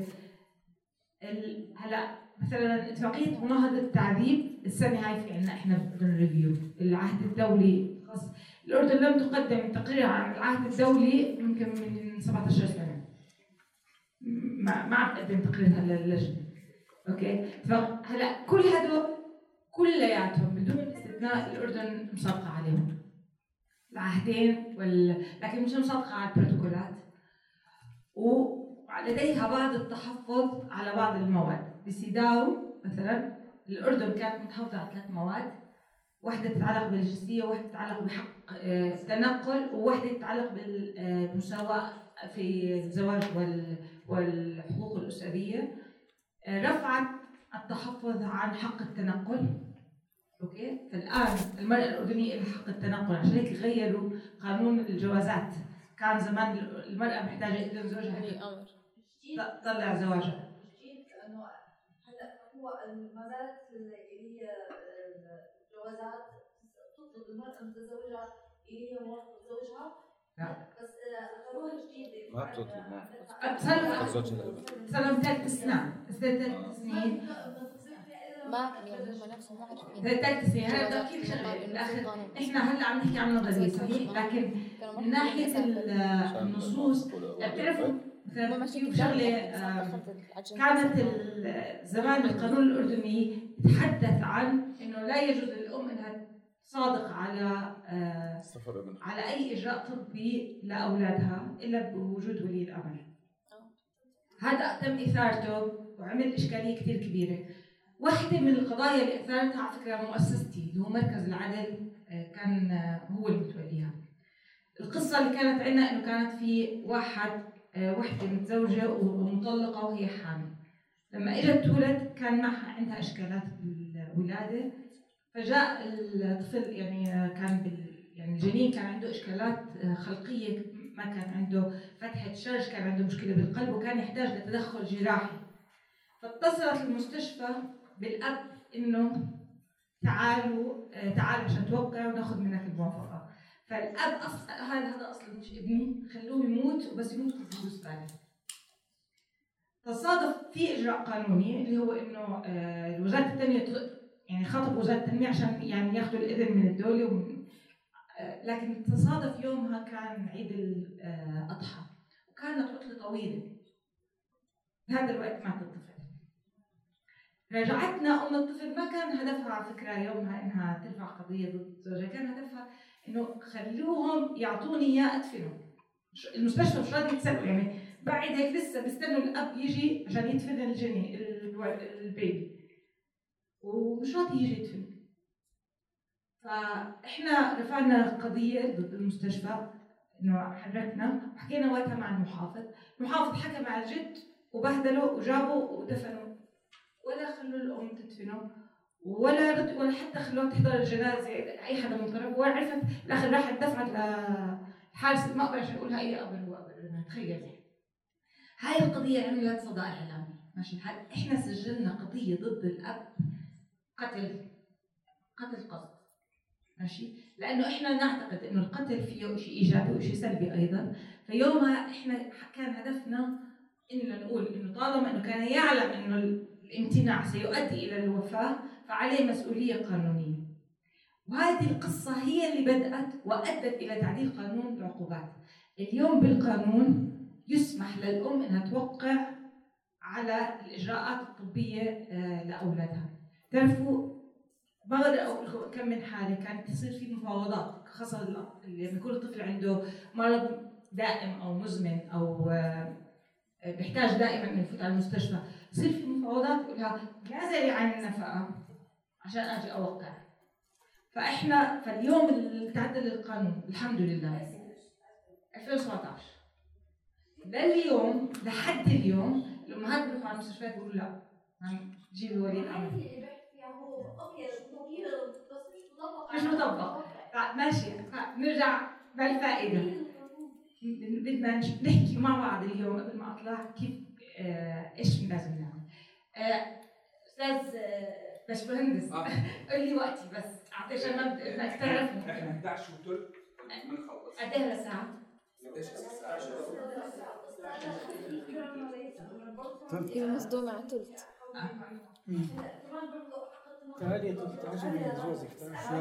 هلا مثلا اتفاقية مناهضة التعذيب السنة هاي في عندنا احنا بدون ريفيو العهد الدولي خاص. الأردن لم تقدم تقرير عن العهد الدولي يمكن من 17 سنة، ما عم تقدم تقريرها للجنة. اوكي، فهلا كل هدول كلياتهم بدون استثناء الأردن مصادقة عليهم العهدين لكن مش مصادقة على البروتوكولات، ولديها بعض التحفظ على بعض المواد. بسيداو مثلا الأردن كانت متحفظة على 3 مواد، واحدة تتعلق بالجنسية، واحدة تتعلق بحق التنقل، وواحدة تتعلق بالمساواة في الزواج والحقوق الأسرية. رفعت التحفظ عن حق التنقل. اوكي، فالآن المرأة الأردنية لها حق التنقل، عشان هيك غيروا قانون الجوازات. كان زمان المرأة محتاجة إذن زوجها تطلع زواجها. انه هلا هو ما زالت اللي هي الجوازات تطلب المرأة المتزوجة اللي هي موافقة زوجها، بس اخذوها جديدة ما بتطلب صار 3 سنين، 3 سنين ما يعني هم نفسهم ما عارفين 3 سنين. هذا كل شغله بالاخر احنا هلا عم نحكي عن نظريه صحيح، لكن من ناحيه النصوص بتعرفوا مثلا في شغله كانت زمان القانون الاردني يتحدث عن انه لا يجوز للام انها تصادق على اي اجراء طبي لاولادها الا بوجود ولي الامر. هذا تم اثارته وعمل اشكاليه كثير كبيره. واحدة من القضايا اللي اثارتها على فكرة مؤسستي اللي هو مركز العدل كان هو اللي متوليها. القصة اللي كانت عندنا انه كانت في وحدة متزوجة ومطلقة وهي حامل. لما اجت تولد كان معها عندها اشكالات بالولادة، فجاء الطفل يعني كان يعني الجنين كان عنده اشكالات خلقية، ما كان عنده فتحة شرج، كان عنده مشكلة بالقلب وكان يحتاج لتدخل جراحي. فاتصلت المستشفى بالأب إنه تعال عشان توقع وناخذ منك الموافقة. فالأب هذا أصلا مش ابني، خلوه يموت وبس يموت في فلوس ثانية. تصادف في إجراء قانوني اللي هو إنه وزارة التنمية يعني خاطب وزارة التنمية عشان يعني ياخذوا الإذن من الدولة لكن تصادف يومها كان عيد الأضحى وكانت عطلة طويلة. بهذا الوقت مات الطفل. رجعتنا أم الطفل ما كان هدفها على فكرة يومها إنها ترفع قضية ضد زوجها، كان هدفها إنه خلوهم يعطوني إياه أدفنه. المستشفى مش راضي يتسلوا، يعني بعد هيك لسه بيستنوا الأب يجي عشان يدفن البيبي ومش راضي يجي يدفن. فإحنا رفعنا قضية ضد المستشفى إنه حركنا وحكينا وقتها مع المحافظ حكى مع الجد وبهدلوا وجابوا ودفنوا، ولا خلوا الأم تدفنه ولا حتى خلوها تحضر الجنازة أي حدا من طرف، ولا عرفت بالآخر راحت دفعت حارس ما بقدر اقولها ايه قبل هو قبل تخيل هاي القضيه عملت صدى اعلامي ماشي الحال. احنا سجلنا قضيه ضد الاب قتل قصد ماشي، لانه احنا نعتقد انه القتل فيه شيء ايجابي وشيء سلبي ايضا. فيومها احنا كان هدفنا انه نقول انه طالما انه كان يعلم انه الامتناع سيؤدي الى الوفاه فعليه مسؤوليه قانونيه. وهذه القصه هي اللي بدات وادت الى تعديل قانون العقوبات. اليوم بالقانون يسمح للام انها توقع على الاجراءات الطبيه لاولادها. تعرفوا بقدر اقول لكم كم من حاله كانت تصير في مفاوضات، خاصه لما يكون الطفل عنده مرض دائم او مزمن او بيحتاج دائما انه يفوت على المستشفى، يصير في مفاوضات يقول لها نازلي عن النفقه عشان اجي اوقع. فاليوم اللي تعدل القانون الحمد لله 2017 لليوم لحد اليوم الامهات بيروحوا على المستشفيات بيقولوا لا جيبي ولي الامر مش مطبق. ماشي نرجع بالفائده. بدنا نحكي مع بعض اليوم قبل ما اطلع كيف ايش لازم نعمل. استاذ باشمهندس قول لي وقتي بس عشان ما بدك تعرف. احنا 11 وثلث بنخلص. قد ايه هالساعه؟ مصدومة على ثلث. تعالي 13 من جوزك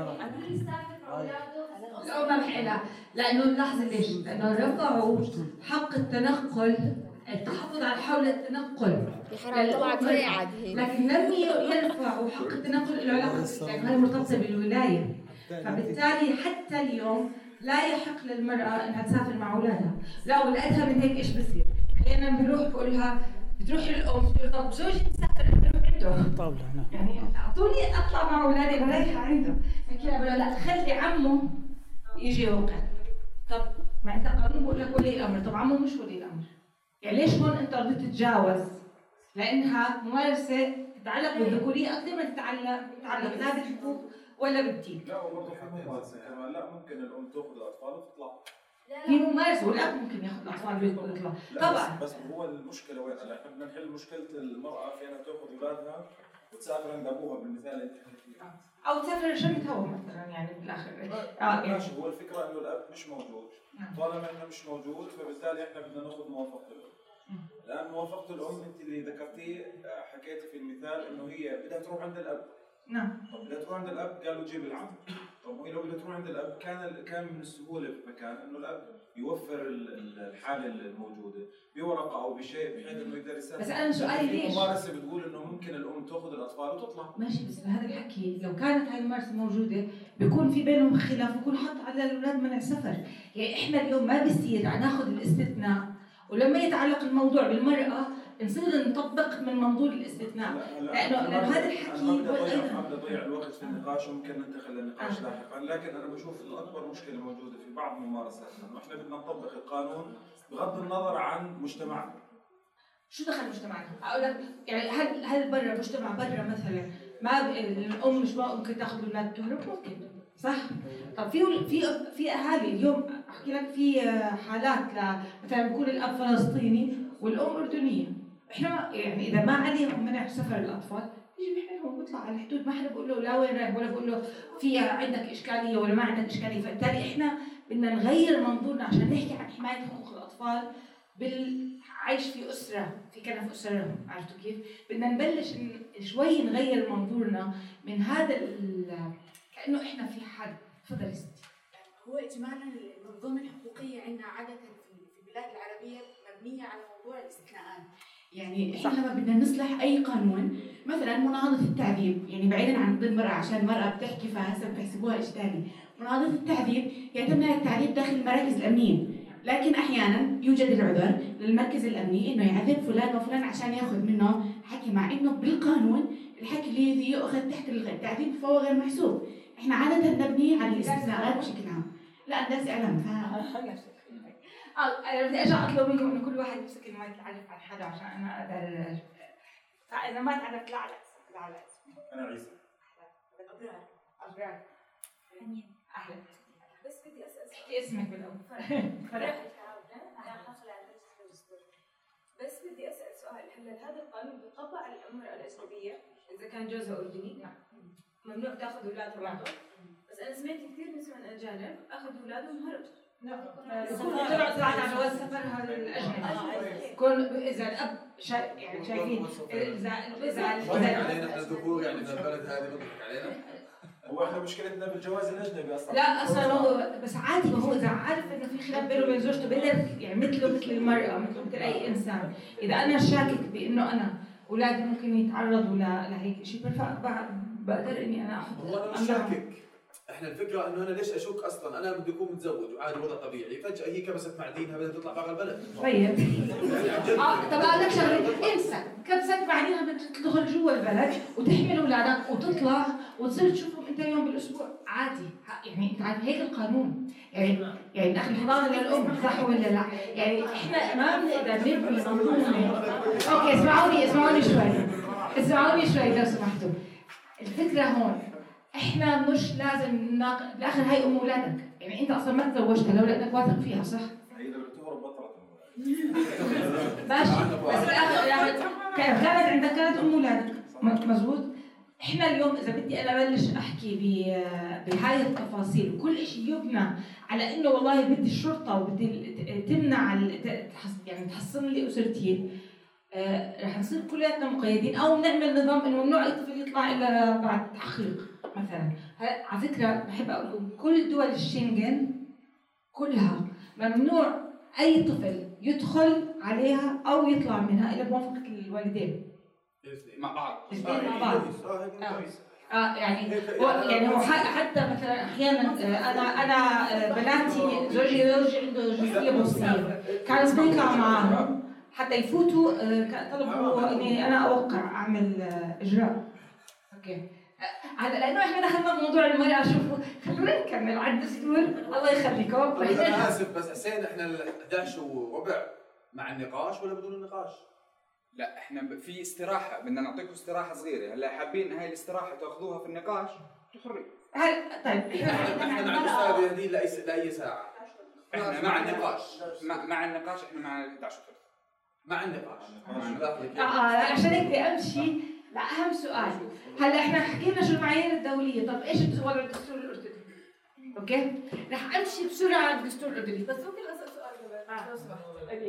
لا ما بحقلها لانه لحظه ليش؟ لانه رفعوا حق التنقل التحفظ على حول التنقل طلعت عاد هيك، لكن لم يرفعوا حق التنقل له علاقه لانه هي مرتبطه بالولايه. فبالتالي حتى اليوم لا يحق للمراه انها تسافر مع اولادها. لا ولادها من هيك ايش بصير؟ احيانا بروح بقول لها بتروح الام بتقول طب زوجي مسافر بروح عنده طاوله يعني اعطوني اطلع مع اولادي بريحها عنده. حكي لها لا خلي عمه يجي يوقع. طب ما انت قانون بقول لك ولي الامر، طب عمه مش ولي الامر. يعني ليش هون انت رضيت تتجاوز؟ لانها ممارسه تتعلق بالذكوريه اكثر ما تتعلق لا بالحقوق ولا بالدين. لا وبرضه في ممارسه كمان، لا ممكن الام تاخذ الاطفال وتطلع. في ممارسه والاب ممكن ياخذ الاطفال ويطلع. طبعا بس هو المشكله وين؟ احنا بدنا نحل مشكله المراه في انها تاخذ اولادها وتسافر عند ابوها بالمثال اللي انت حكيت او تسافر شمت هوا مثلا يعني بالاخر. ماشي. هو الفكره انه الاب مش موجود. طالما انه مش موجود فبالتالي احنا بدنا ناخذ موافقه الام. الان موافقه الام انت اللي ذكرتيه حكيتي في المثال انه هي بدها تروح عند الاب. نعم. طب بدها تروح عند الاب قالوا جيب العم. طب وهي لو بدها تروح عند الاب كان من السهوله بمكان انه الاب يوفر الحاله الموجوده بورقه او بشيء بحيث انه يقدر يسافر. بس انا سؤالي ليش؟ الممارسه بتقول انه ممكن الام تاخذ الاطفال وتطلع. ماشي بس بهذا الحكي لو كانت هاي الممارسه موجوده بيكون في بينهم خلاف ويكون حط على الاولاد منع سفر. يعني احنا اليوم ما بيصير ناخذ الاستثناء ولما يتعلق الموضوع بالمراه نصير نطبق من منظور الاستثناء. لانه هذا الحكي ما بدي اضيع الوقت في النقاش وممكن ننتقل للنقاش لاحقا، لكن انا بشوف انه اكبر مشكله موجوده في بعض ممارساتنا انه احنا بدنا نطبق القانون بغض النظر عن مجتمعنا. شو دخل مجتمعنا؟ اقول لك يعني هل برا مجتمع برا مثلا ما الام مش ممكن تاخذ الاولاد تهرب؟ ممكن صح؟ طب في اهالي اليوم احكي لك في حالات مثلا بيكون الاب فلسطيني والام اردنيه. احنا يعني اذا ما عليهم منع سفر الاطفال يجي بيحملهم بيطلع على الحدود. ما حدا بقول له لا وين رايح ولا بقول له في عندك اشكاليه ولا ما عندك اشكاليه. فبالتالي احنا بدنا نغير منظورنا عشان نحكي عن حمايه حقوق الاطفال بالعيش في اسره في كنف اسرهم. عرفتوا كيف؟ بدنا نبلش شوي نغير منظورنا من هذا كانه احنا في حد. تفضلي ستي. هو اجمالا المنظومه الحقوقيه عندنا عاده في البلاد العربيه مبنيه على موضوع الاستثناءات. يعني احنا لما بدنا نصلح اي قانون مثلا مناهضه التعذيب، يعني بعيدا عن ضد المراه عشان المراه بتحكي فهسه بتحسبوها اشكالي. مناهضه التعذيب يتم التعذيب داخل المراكز الامنيه، لكن احيانا يوجد العذر للمركز الامني انه يعذب فلان وفلان عشان ياخذ منه حكي، مع انه بالقانون الحكي الذي يؤخذ تحت التعذيب فهو غير محسوب. احنا عاده نبني على الاستثناءات بشكل عام. لا درس اعلام انا بدي ارجع اطلب منكم انه كل واحد يمسك المايك يتعرف عن حدا عشان انا اقدر. فاذا ما تعرفت لا على اسمي. انا عيسى. ابرار. ابرار. اهلا. بس بدي بدي اسال احكي اسمك بالاول. فرح انا حاصله على الدستور، بس بدي اسال سؤال. هلا هذا القانون بيطبق على المراه الاجنبيه اذا كان جوزها اردني؟ ممنوع تاخذ اولادها معهم، بس انا سمعت كثير نسمع من الاجانب اخذوا اولادهم هربوا. طلعت على جواز سفر هذا الاجنبي. كون اذا الاب يعني شايفين اذا علينا احنا الذكور يعني في البلد هذه بضحك علينا. هو احنا مشكلتنا بالجواز الاجنبي اصلا. لا اصلا هو بس عادي، ما هو اذا عارف انه في خلاف بينه وبين زوجته بقدر يعني مثل المراه مثل اي انسان. اذا انا شاكك بانه انا اولادي ممكن يتعرضوا لهيك شيء بقدر اني انا احط. والله انا مش شاكك. احنا الفكره انه انا ليش اشك اصلا؟ انا بدي اكون متزوج وعادي وضع طبيعي، فجاه هي كبست مع دينها بدها تطلع برا البلد. طيب طب اقول لك شغله، انسى كبست مع دينها بدها تدخل جوا البلد وتحمل اولادك وتطلع وتصير تشوفهم انت يوم بالاسبوع عادي. يعني انت عارف هيك القانون، يعني ناخذ الحضانه للام، صح ولا لا؟ يعني احنا ما بنقدر نبني منظومه. اوكي اسمعوني شوي لو سمحتوا. الفكره هون احنا مش لازم بالاخر هاي ام اولادك، يعني انت اصلا ما تزوجتها لو لانك واثق فيها، صح؟ هي لما تهرب بطلت ماشي، بس بالاخر كانت عندك كانت ام اولادك، مزبوط؟ احنا اليوم اذا بدي انا ابلش احكي بهاي التفاصيل كل شيء يبنى على انه والله بدي الشرطه وبدي تمنع يعني تحصن لي اسرتي، رح نصير كلياتنا مقيدين، او نعمل نظام انه ممنوع اي طفل يطلع الا بعد تحقيق مثلا. على فكره بحب اقول لكم كل دول الشنغن كلها ممنوع اي طفل يدخل عليها او يطلع منها الا بموافقه الوالدين. مع بعض. مع بعض. يعني هو حتى مثلا احيانا انا بناتي زوجي عنده جنسيه روسيه، كانوا بدهم يطلعوا معاهم حتى يفوتوا، طلبوا اني انا اوقع اعمل اجراء. اوكي هلا لانه احنا دخلنا بموضوع المراه، شوفوا خلونا نكمل على الدستور. الله يخليكم. انا اسف بس حسين احنا 11:15 مع النقاش ولا بدون النقاش؟ لا احنا في استراحه، بدنا نعطيكم استراحه صغيره، هلا حابين هاي الاستراحه تاخذوها في النقاش تخرج. طيب احنا مع الاستاذ هذه لاي ساعه؟ احنا مع النقاش، مع النقاش احنا مع 11 مع النقاش. عشان هيك بدي امشي لاهم سؤال. هلا احنا حكينا شو المعايير الدوليه، طب ايش وضع الدستور الاردني؟ اوكي؟ رح امشي بسرعه على الدستور الاردني، بس ممكن اسال سؤال قبل لو سمحت؟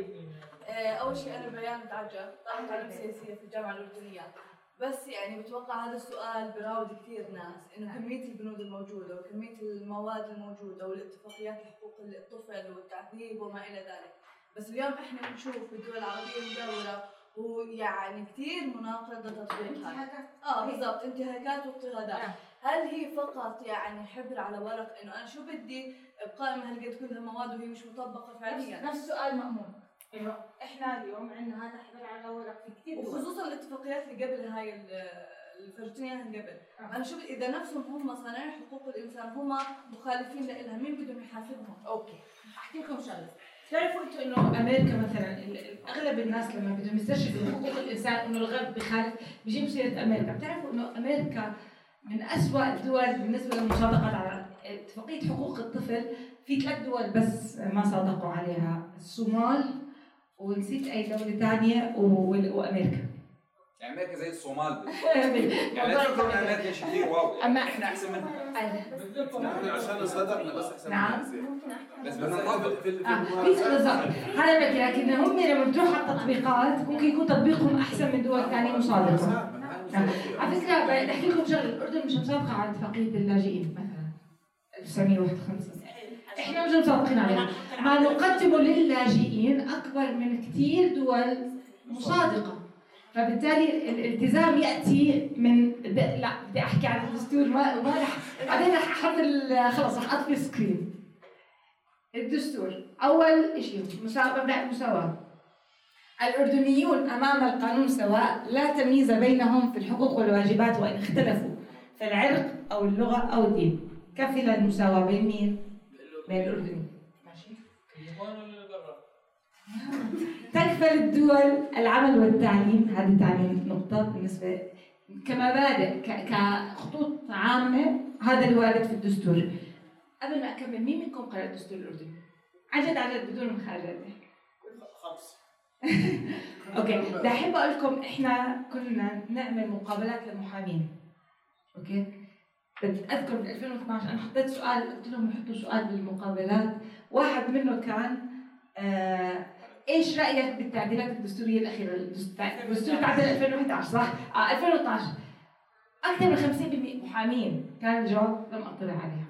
اول شيء انا بيان متعجب، طالبه علم سياسيه في الجامعه الاردنيه، بس يعني بتوقع هذا السؤال براود كثير ناس، انه كميه البنود الموجوده وكميه المواد الموجوده والاتفاقيات لحقوق الطفل والتعذيب وما الى ذلك، بس اليوم احنا بنشوف بالدول العربيه المجاوره ويعني كثير مناقضه تطبيقها. بالضبط، انتهاكات واضطهادات. هل هي فقط يعني حبر على ورق انه انا شو بدي بقائمه هالقد كلها مواد وهي مش مطبقه فعليا؟ نفس سؤال مأمون، انه احنا اليوم عندنا هذا حبر على ورق في كثير دول، وخصوصا الاتفاقيات اللي قبل هاي اللي فرجتني اياها قبل. انا شوف اذا نفسهم هم صانعين حقوق الانسان هم مخالفين لها، مين بدهم يحاسبهم؟ اوكي احكي لكم شغله. بتعرفوا انتم انه امريكا مثلا اغلب الناس لما بدهم يستشهدوا حقوق الانسان انه الغرب بخالف بيجيبوا سيره امريكا. بتعرفوا انه امريكا من أسوأ الدول بالنسبه للمصادقه على اتفاقيه حقوق الطفل. في 3 دول بس ما صادقوا عليها، الصومال ونسيت اي دوله ثانيه وامريكا. يعني امريكا زي الصومال يعني لا تفكروا ان امريكا شيء كثير واو، اما احنا احسن منها. نحن عشان صدقنا بس احسن نعم بس بدنا نطبق في بالضبط هذا بحكي، لكن هم لما بتروح على التطبيقات ممكن يكون تطبيقهم احسن من دول ثانيه مصادقه. على فكره بدي احكي لكم شغله، الاردن مش مصادقه على اتفاقيه اللاجئين مثلا 1951، احنا مش مصادقين عليها. ما نقدمه للاجئين اكبر من كثير دول مصادقه، فبالتالي الالتزام ياتي من لا بدي احكي عن الدستور ما رح بعدين رح احط خلص رح اطفي السكرين. الدستور اول شيء مبدا المساواه. الاردنيون امام القانون سواء، لا تمييز بينهم في الحقوق والواجبات وان اختلفوا في العرق او اللغه او الدين. كفل المساواه بين مين؟ بين الاردنيين. ماشي؟ تكفل الدول العمل والتعليم، هذه ثاني نقطة بالنسبة كمبادئ كخطوط عامة، هذا الوارد في الدستور. قبل ما اكمل، مين منكم قرأ الدستور الاردني؟ عن جد بدون مخالفه. 5. اوكي، بدي احب اقول لكم احنا كنا نعمل مقابلات للمحامين. اوكي؟ اذكر ب 2012 انا حطيت سؤال، قلت لهم يحطوا سؤال بالمقابلات، واحد منه كان ايش رايك بالتعديلات الدستوريه الاخيره؟ الدستور تعدل 2011 صح؟ 2012 اكثر من 50% محامين. كان الجواب لم اطلع عليها.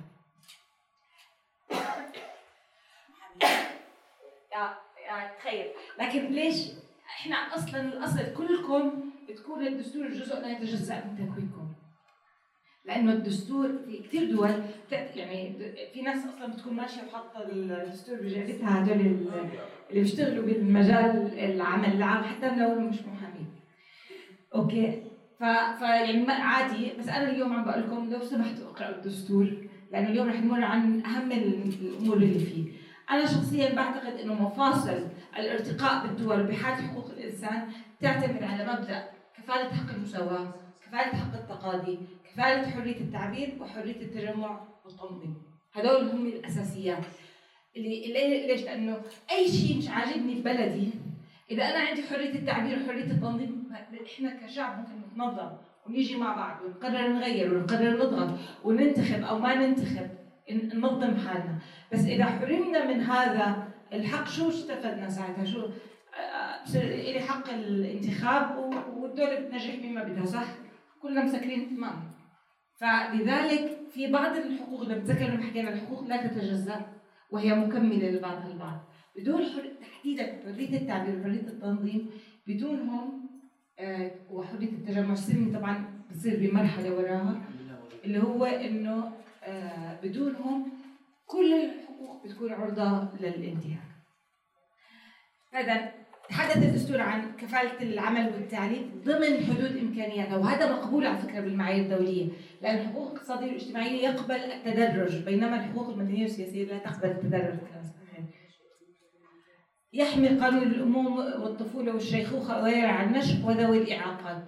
يا تخيل، لكن ليش احنا اصلا الاصل كلكم بتكون الدستور جزء لا يتجزا من تكوينكم؟ لانه الدستور في كثير دول يعني في ناس اصلا بتكون ماشيه وحاطه الدستور بجيبتها، هدول اللي بيشتغلوا بالمجال العمل العام حتى لو مش محامين. اوكي، يعني عادي، بس انا اليوم عم بقول لكم لو سمحتوا اقرأوا الدستور، لانه اليوم رح نمر عن اهم الامور اللي فيه. انا شخصيا بعتقد انه مفاصل الارتقاء بالدول بحاجه حقوق الانسان تعتمد على مبدا كفاله حق المساواه، كفاله حق التقاضي، كفاله حريه التعبير وحريه التجمع والتنظيم. هدول هم الاساسيات اللي ليش؟ لانه اي شيء مش عاجبني ببلدي، اذا انا عندي حريه التعبير وحريه التنظيم، احنا كشعب ممكن نتنظم ونيجي مع بعض ونقرر نغير ونقرر نضغط وننتخب او ما ننتخب، ننظم حالنا. بس اذا حرمنا من هذا الحق شو استفدنا ساعتها؟ شو بصير لي حق الانتخاب والدوله بتنجح مين ما بدها، صح؟ كلنا مسكرين تمام. فلذلك في بعض الحقوق اللي بتذكر لما حكينا الحقوق لا تتجزأ وهي مكمله لبعضها البعض. بدون تحديدا حريه التعبير وحريه التنظيم، بدونهم وحريه التجمع السلمي طبعا بتصير بمرحله وراها، اللي هو انه بدونهم كل الحقوق بتكون عرضه للانتهاك. إذا تحدث الدستور عن كفاله العمل والتعليم ضمن حدود امكانياتها، وهذا مقبول على فكره بالمعايير الدوليه، لان الحقوق الاقتصاديه والاجتماعيه يقبل التدرج، بينما الحقوق المدنيه والسياسيه لا تقبل التدرج. يحمي قانون الاموم والطفوله والشيخوخه وغيرها عن النشء وذوي الاعاقات.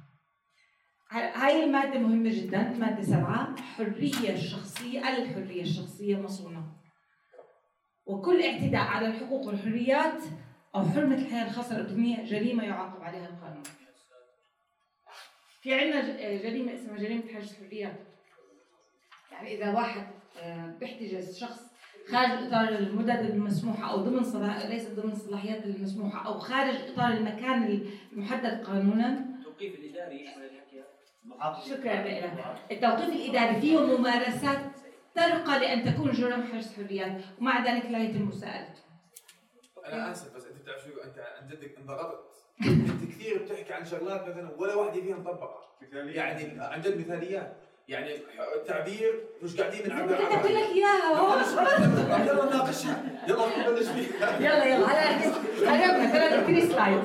هاي الماده مهمه جدا، ماده 7، الحريه الشخصيه مصونه، وكل اعتداء على الحقوق والحريات او حرمه الحياه الخاصه الاردنيه جريمه يعاقب عليها القانون. في عندنا جريمه اسمها جريمه حجز الحريات، يعني اذا واحد بيحتجز شخص خارج اطار المدد المسموحه او ضمن ليس ضمن الصلاحيات المسموحه او خارج اطار المكان المحدد قانونا. التوقيف الاداري يشمل الحكي. شكرا لك. التوقيف الاداري فيه ممارسات ترقى لان تكون جرم حجز حريات، ومع ذلك لا يتم مساءلته. انا اسف بس انت بتعرف شو، انت عن جدك انضغطت. انت كثير بتحكي عن شغلات مثلا ولا واحده فيها مطبقه، يعني عن جد مثاليات، يعني التعبير مش قاعدين نعبر عنها. قلت لك اياها، يلا نناقشها، يلا نبلش فيها. يلا هلا مثلا 3 سلايد.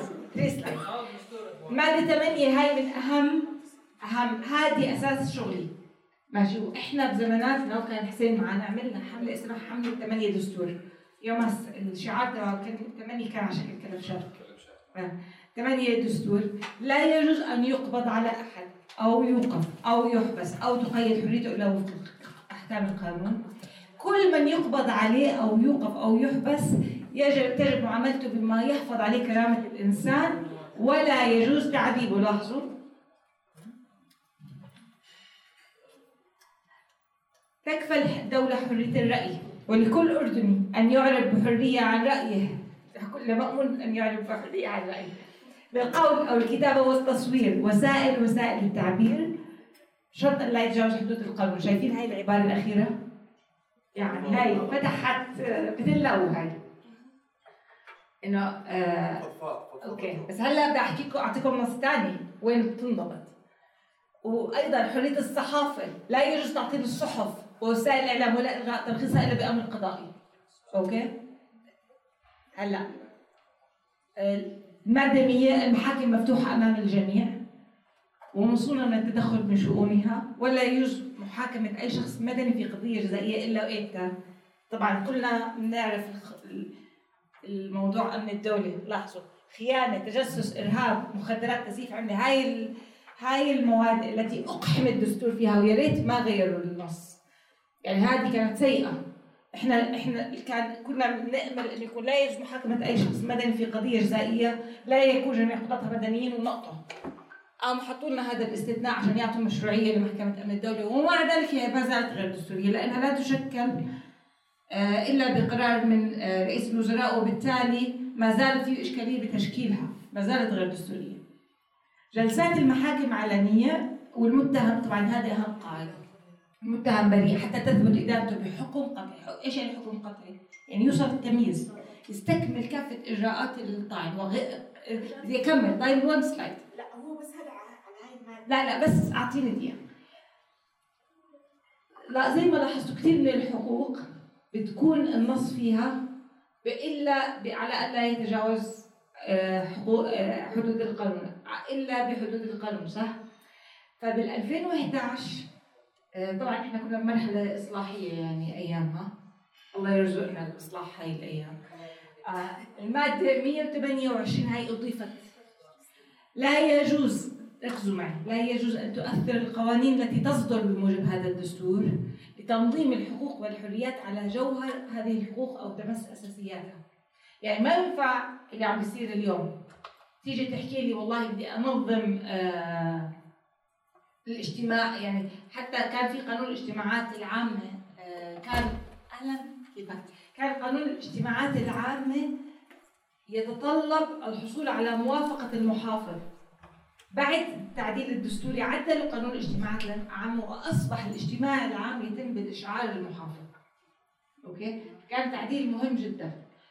ماده 8 هاي من اهم هذه اساس شغلي. ماشي، واحنا بزماناتنا وكان حسين معنا عملنا حمله اسمها حمله 8 دستور. يوم الشعار تبعه كان 8 كان على شكل كلبشات. 8 دستور، لا يجوز ان يقبض على احد او يوقف او يحبس او تقيد حريته الا وفق احكام القانون. كل من يقبض عليه او يوقف او يحبس تجب معاملته بما يحفظ عليه كرامه الانسان ولا يجوز تعذيبه. لاحظوا، تكفل الدولة حرية الرأي، ولكل أردني أن يعرب بحرية عن رأيه، كل مأمون أن يعرب بحرية عن رأيه بالقول أو الكتابة والتصوير، وسائل التعبير، شرط أن لا يتجاوز حدود القانون. شايفين هاي العبارة الأخيرة؟ يعني هاي فتحت مثل لو هاي إنه أوكي، بس هلا بدي أعطيكم نص ثاني وين بتنضبط. وأيضا حرية الصحافة، لا يجوز تعطيل الصحف ووسائل الإعلام ولا إلغاء ترخيصها إلا بأمر قضائي. أوكي؟ هلا المادة 100، المحاكم مفتوحة أمام الجميع ومصونة من التدخل من شؤونها، ولا يجوز محاكمة أي شخص مدني في قضية جزائية إلا وإمتى؟ طبعا كلنا بنعرف الموضوع أمن الدولة. لاحظوا، خيانة، تجسس، إرهاب، مخدرات، تزييف عملة، هاي المواد التي أقحم الدستور فيها، ويا ريت ما غيروا النص. يعني هذه كانت سيئة. احنا كنا نأمل أن يكون لا يجوز محاكمة أي شخص مدني في قضية جزائية لا يكون جميع قضاتها مدنيين ونقطة. قاموا حطوا لنا هذا الاستثناء عشان يعطوا مشروعية لمحكمة أمن الدولة، ومع ذلك هي ما زالت غير دستورية لأنها لا تشكل إلا بقرار من رئيس الوزراء، وبالتالي ما زالت في إشكالية بتشكيلها، ما زالت غير دستورية. جلسات المحاكم علنية، والمتهم طبعا هذه أهم قاعدة، المتهم بريء حتى تثبت إدانته بحكم قطعي. إيش يعني حكم قطعي؟ يعني يوصل التمييز، يستكمل كافة إجراءات الطعن يكمل. طيب 1 سلايد. لا هو بس هذا على هاي المادة. لا بس أعطيني دقيقة. لا زي ما لاحظتوا كثير من الحقوق بتكون النص فيها إلا على ألا يتجاوز حدود القانون، إلا بحدود القانون، صح؟ فبال 2011 طبعا احنا كنا بمرحلة إصلاحية يعني أيامها، الله يرزقنا الإصلاح هاي الأيام. المادة 128 هاي أضيفت: لا يجوز، ركزوا معي، لا يجوز أن تؤثر القوانين التي تصدر بموجب هذا الدستور لتنظيم الحقوق والحريات على جوهر هذه الحقوق أو تمس أساسياتها. يعني ما ينفع اللي عم بيصير اليوم تيجي تحكي لي والله بدي أنظم الاجتماع. يعني حتى كان في قانون الاجتماعات العامة، كان قانون الاجتماعات العامة يتطلب الحصول على موافقة المحافظ. بعد التعديل الدستوري عدلوا قانون الاجتماعات العامة وأصبح الاجتماع العام يتم بالإشعار المحافظ. أوكي؟ كان تعديل مهم جدا.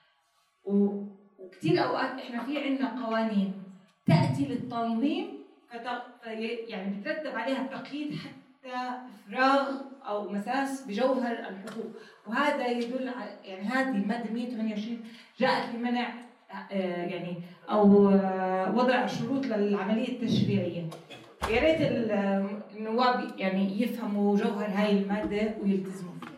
وكثير أوقات إحنا في عندنا قوانين تأتي للتنظيم يعني بترتب عليها التقييد حتى إفراغ أو مساس بجوهر الحقوق، وهذا يدل على يعني هذه المادة 128 جاءت لمنع يعني أو وضع شروط للعملية التشريعية. يا ريت النواب يعني يفهموا جوهر هاي المادة ويلتزموا فيها.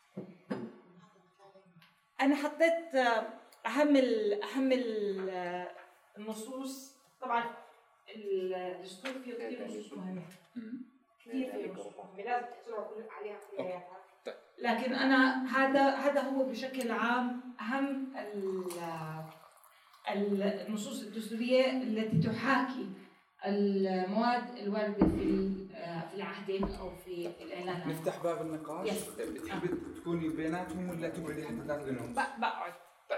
أنا حطيت أهم النصوص. طبعا الدستور فيه كثير نصوص مهمة، كثير فيه نصوص مهمة لازم تحصلوا عليها كلياتها، لكن أنا هذا هو بشكل عام أهم النصوص الدستورية التي تحاكي المواد الواردة في العهدين أو في الإعلانات. نفتح باب النقاش. بتحبي تكوني بيناتهم ولا تقعدي حتى تاخذينهم؟ بقعد.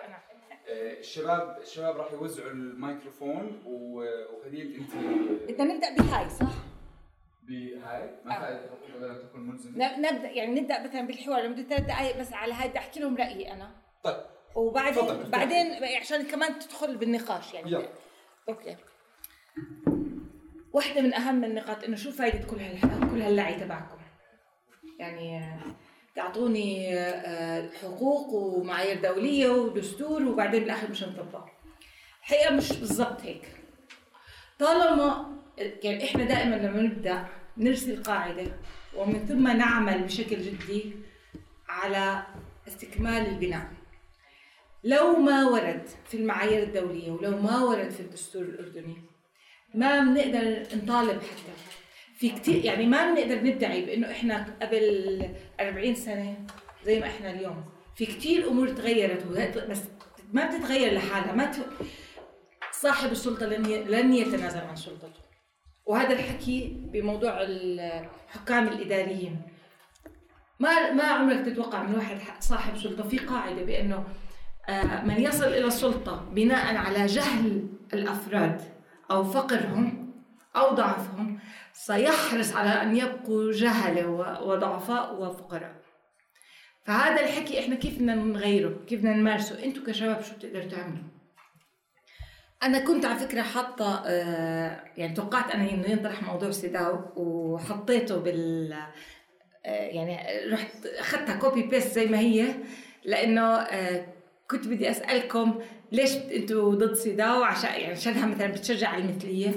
الشباب راح يوزعوا الميكروفون وهديل انت نبدأ بهاي صح؟ بهاي ما فائدة تكون ملزمة. نبدأ مثلا بالحوار لمدة 3 دقائق بس على هاي بدي أحكي لهم رأيي أنا. طيب. وبعدين عشان كمان تدخل بالنقاش يعني. يلا. اوكي. واحدة من أهم النقاط إنه شو فائدة كل هاللعي تبعكم. يعني تعطوني حقوق ومعايير دولية ودستور وبعدين بالآخر مش هنطبق. الحقيقة مش بالضبط هيك. طالما يعني إحنا دائما لما نبدأ نرسل قاعدة ومن ثم نعمل بشكل جدي على استكمال البناء. لو ما ورد في المعايير الدولية ولو ما ورد في الدستور الأردني ما بنقدر نطالب حتى في كتير، يعني ما بنقدر ندعي بأنه إحنا قبل 40 سنة زي ما إحنا اليوم. في كتير أمور تغيرت بس ما بتتغير لحالها. صاحب السلطة لن يتنازل عن سلطته، وهذا الحكي بموضوع الحكام الإداريين. ما عمرك تتوقع من واحد صاحب سلطة في قاعدة بأنه من يصل إلى السلطة بناء على جهل الأفراد أو فقرهم أو ضعفهم سيحرص على أن يبقوا جهلة وضعفاء وفقراء. فهذا الحكي إحنا كيف بدنا نغيره، كيف بدنا نمارسه؟ أنتوا كشباب شو بتقدروا تعملوا؟ أنا كنت على فكرة حاطة يعني توقعت أنا إنه ينطرح موضوع سيداو وحطيته يعني رحت أخذتها كوبي بيست زي ما هي، لأنه كنت بدي أسألكم ليش أنتوا ضد سيداو؟ عشانها مثلا بتشجع على المثلية.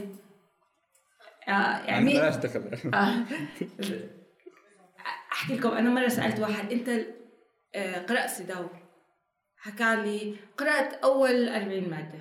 يعني بلاش دخل. أحكي لكم، أنا مرة سألت واحد أنت قرأت سيداو؟ حكى لي قرأت أول 40 مادة.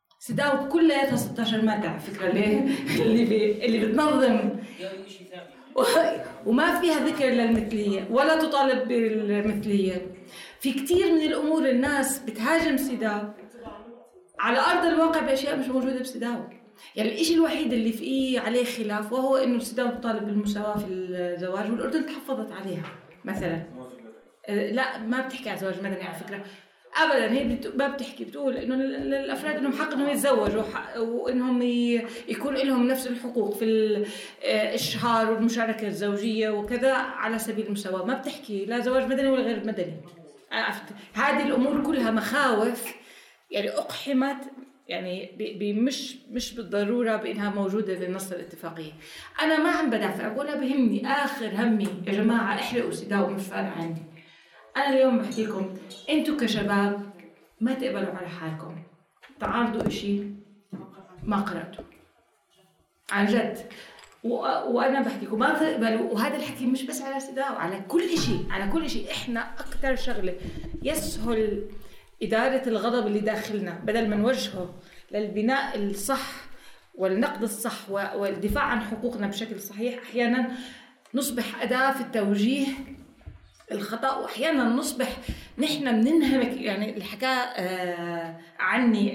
سيداو كلها 16 مادة على فكرة اللي بتنظم وما فيها ذكر للمثلية ولا تطالب بالمثلية. في كتير من الأمور الناس بتهاجم سيداو على أرض الواقع بأشياء مش موجودة بسيداو. يعني الإشي الوحيد اللي فيه عليه خلاف وهو إنه سيداو تطالب بالمساواة في الزواج والأردن تحفظت عليها مثلا. لا ما بتحكي عن زواج مدني على فكرة ابدا، هي ما بتحكي، بتقول انه للافراد انهم حق انهم يتزوجوا وانهم يكون لهم نفس الحقوق في الاشهار والمشاركه الزوجيه وكذا على سبيل المساواه. ما بتحكي لا زواج مدني ولا غير مدني. هذه الامور كلها مخاوف يعني اقحمت، يعني مش بالضروره بانها موجوده بالنص الاتفاقيه. انا ما عم بدافع ولا بهمني، اخر همي يا جماعه احرقوا سيداو مش فارق عندي. أنا اليوم بحكي لكم أنتوا كشباب ما تقبلوا على حالكم تعارضوا إشي ما قرأتوا عن جد، وأنا بحكي لكم ما تقبلوا. وهذا الحكي مش بس على سيداو، على كل إشي، على كل إشي. إحنا أكتر شغلة يسهل إدارة الغضب اللي داخلنا بدل ما نوجهه للبناء الصح والنقد الصح والدفاع عن حقوقنا بشكل صحيح، أحيانا نصبح أداة في التوجيه الخطأ، وأحيانا نصبح نحن بننهمك. يعني اللي حكى عني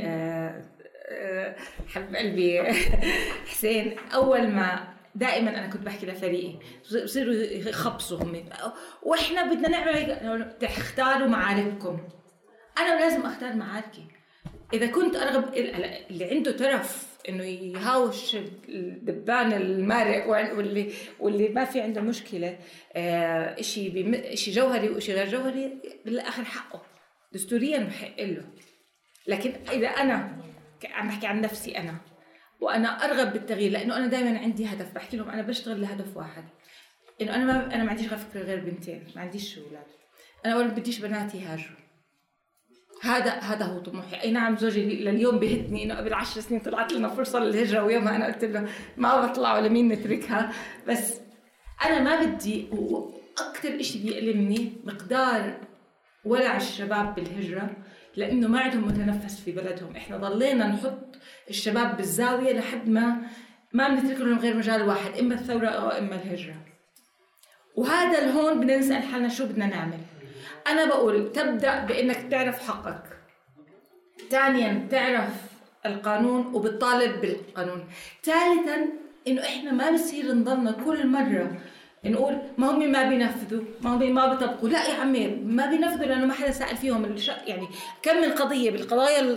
حبيب قلبي حسين، أول ما دائما أنا كنت بحكي لفريقي بصيروا يخبصوا هم وإحنا بدنا نعمل هيك، تختاروا معارككم. أنا لازم أختار معاركي. إذا كنت أرغب اللي عنده ترف إنه يهاوش الدبان المارق واللي ما في عنده مشكلة إشي جوهري وإشي غير جوهري، بالآخر حقه دستوريا بحق له. لكن إذا أنا عم بحكي عن نفسي أنا وأنا أرغب بالتغيير، لأنه أنا دائما عندي هدف، بحكي لهم أنا بشتغل لهدف واحد، إنه أنا ما عنديش فكرة غير بنتين، ما عنديش أولاد، أنا ولا بديش بناتي يهاجروا. هذا هو طموحي. اي نعم زوجي لليوم بهتني انه قبل 10 سنين طلعت لنا فرصه للهجره، ويومها انا قلت له ما بطلع ولا مين نتركها، بس انا ما بدي. واكثر شيء بيألمني مقدار ولع الشباب بالهجره، لانه ما عندهم متنفس في بلدهم. احنا ضلينا نحط الشباب بالزاويه لحد ما بنترك لهم غير مجال واحد، اما الثوره او اما الهجره. وهذا الهون بدنا نسال حالنا شو بدنا نعمل. أنا بقول تبدأ بأنك تعرف حقك، ثانياً تعرف القانون وبتطالب بالقانون، ثالثاً إنه إحنا ما بصير نضلنا كل مرة نقول ما هم ما بينفذوا، ما هم ما بيطبقوا. لا يا عمي، ما بينفذوا لأنه ما حدا سأل فيهم. يعني كم من قضية بالقضايا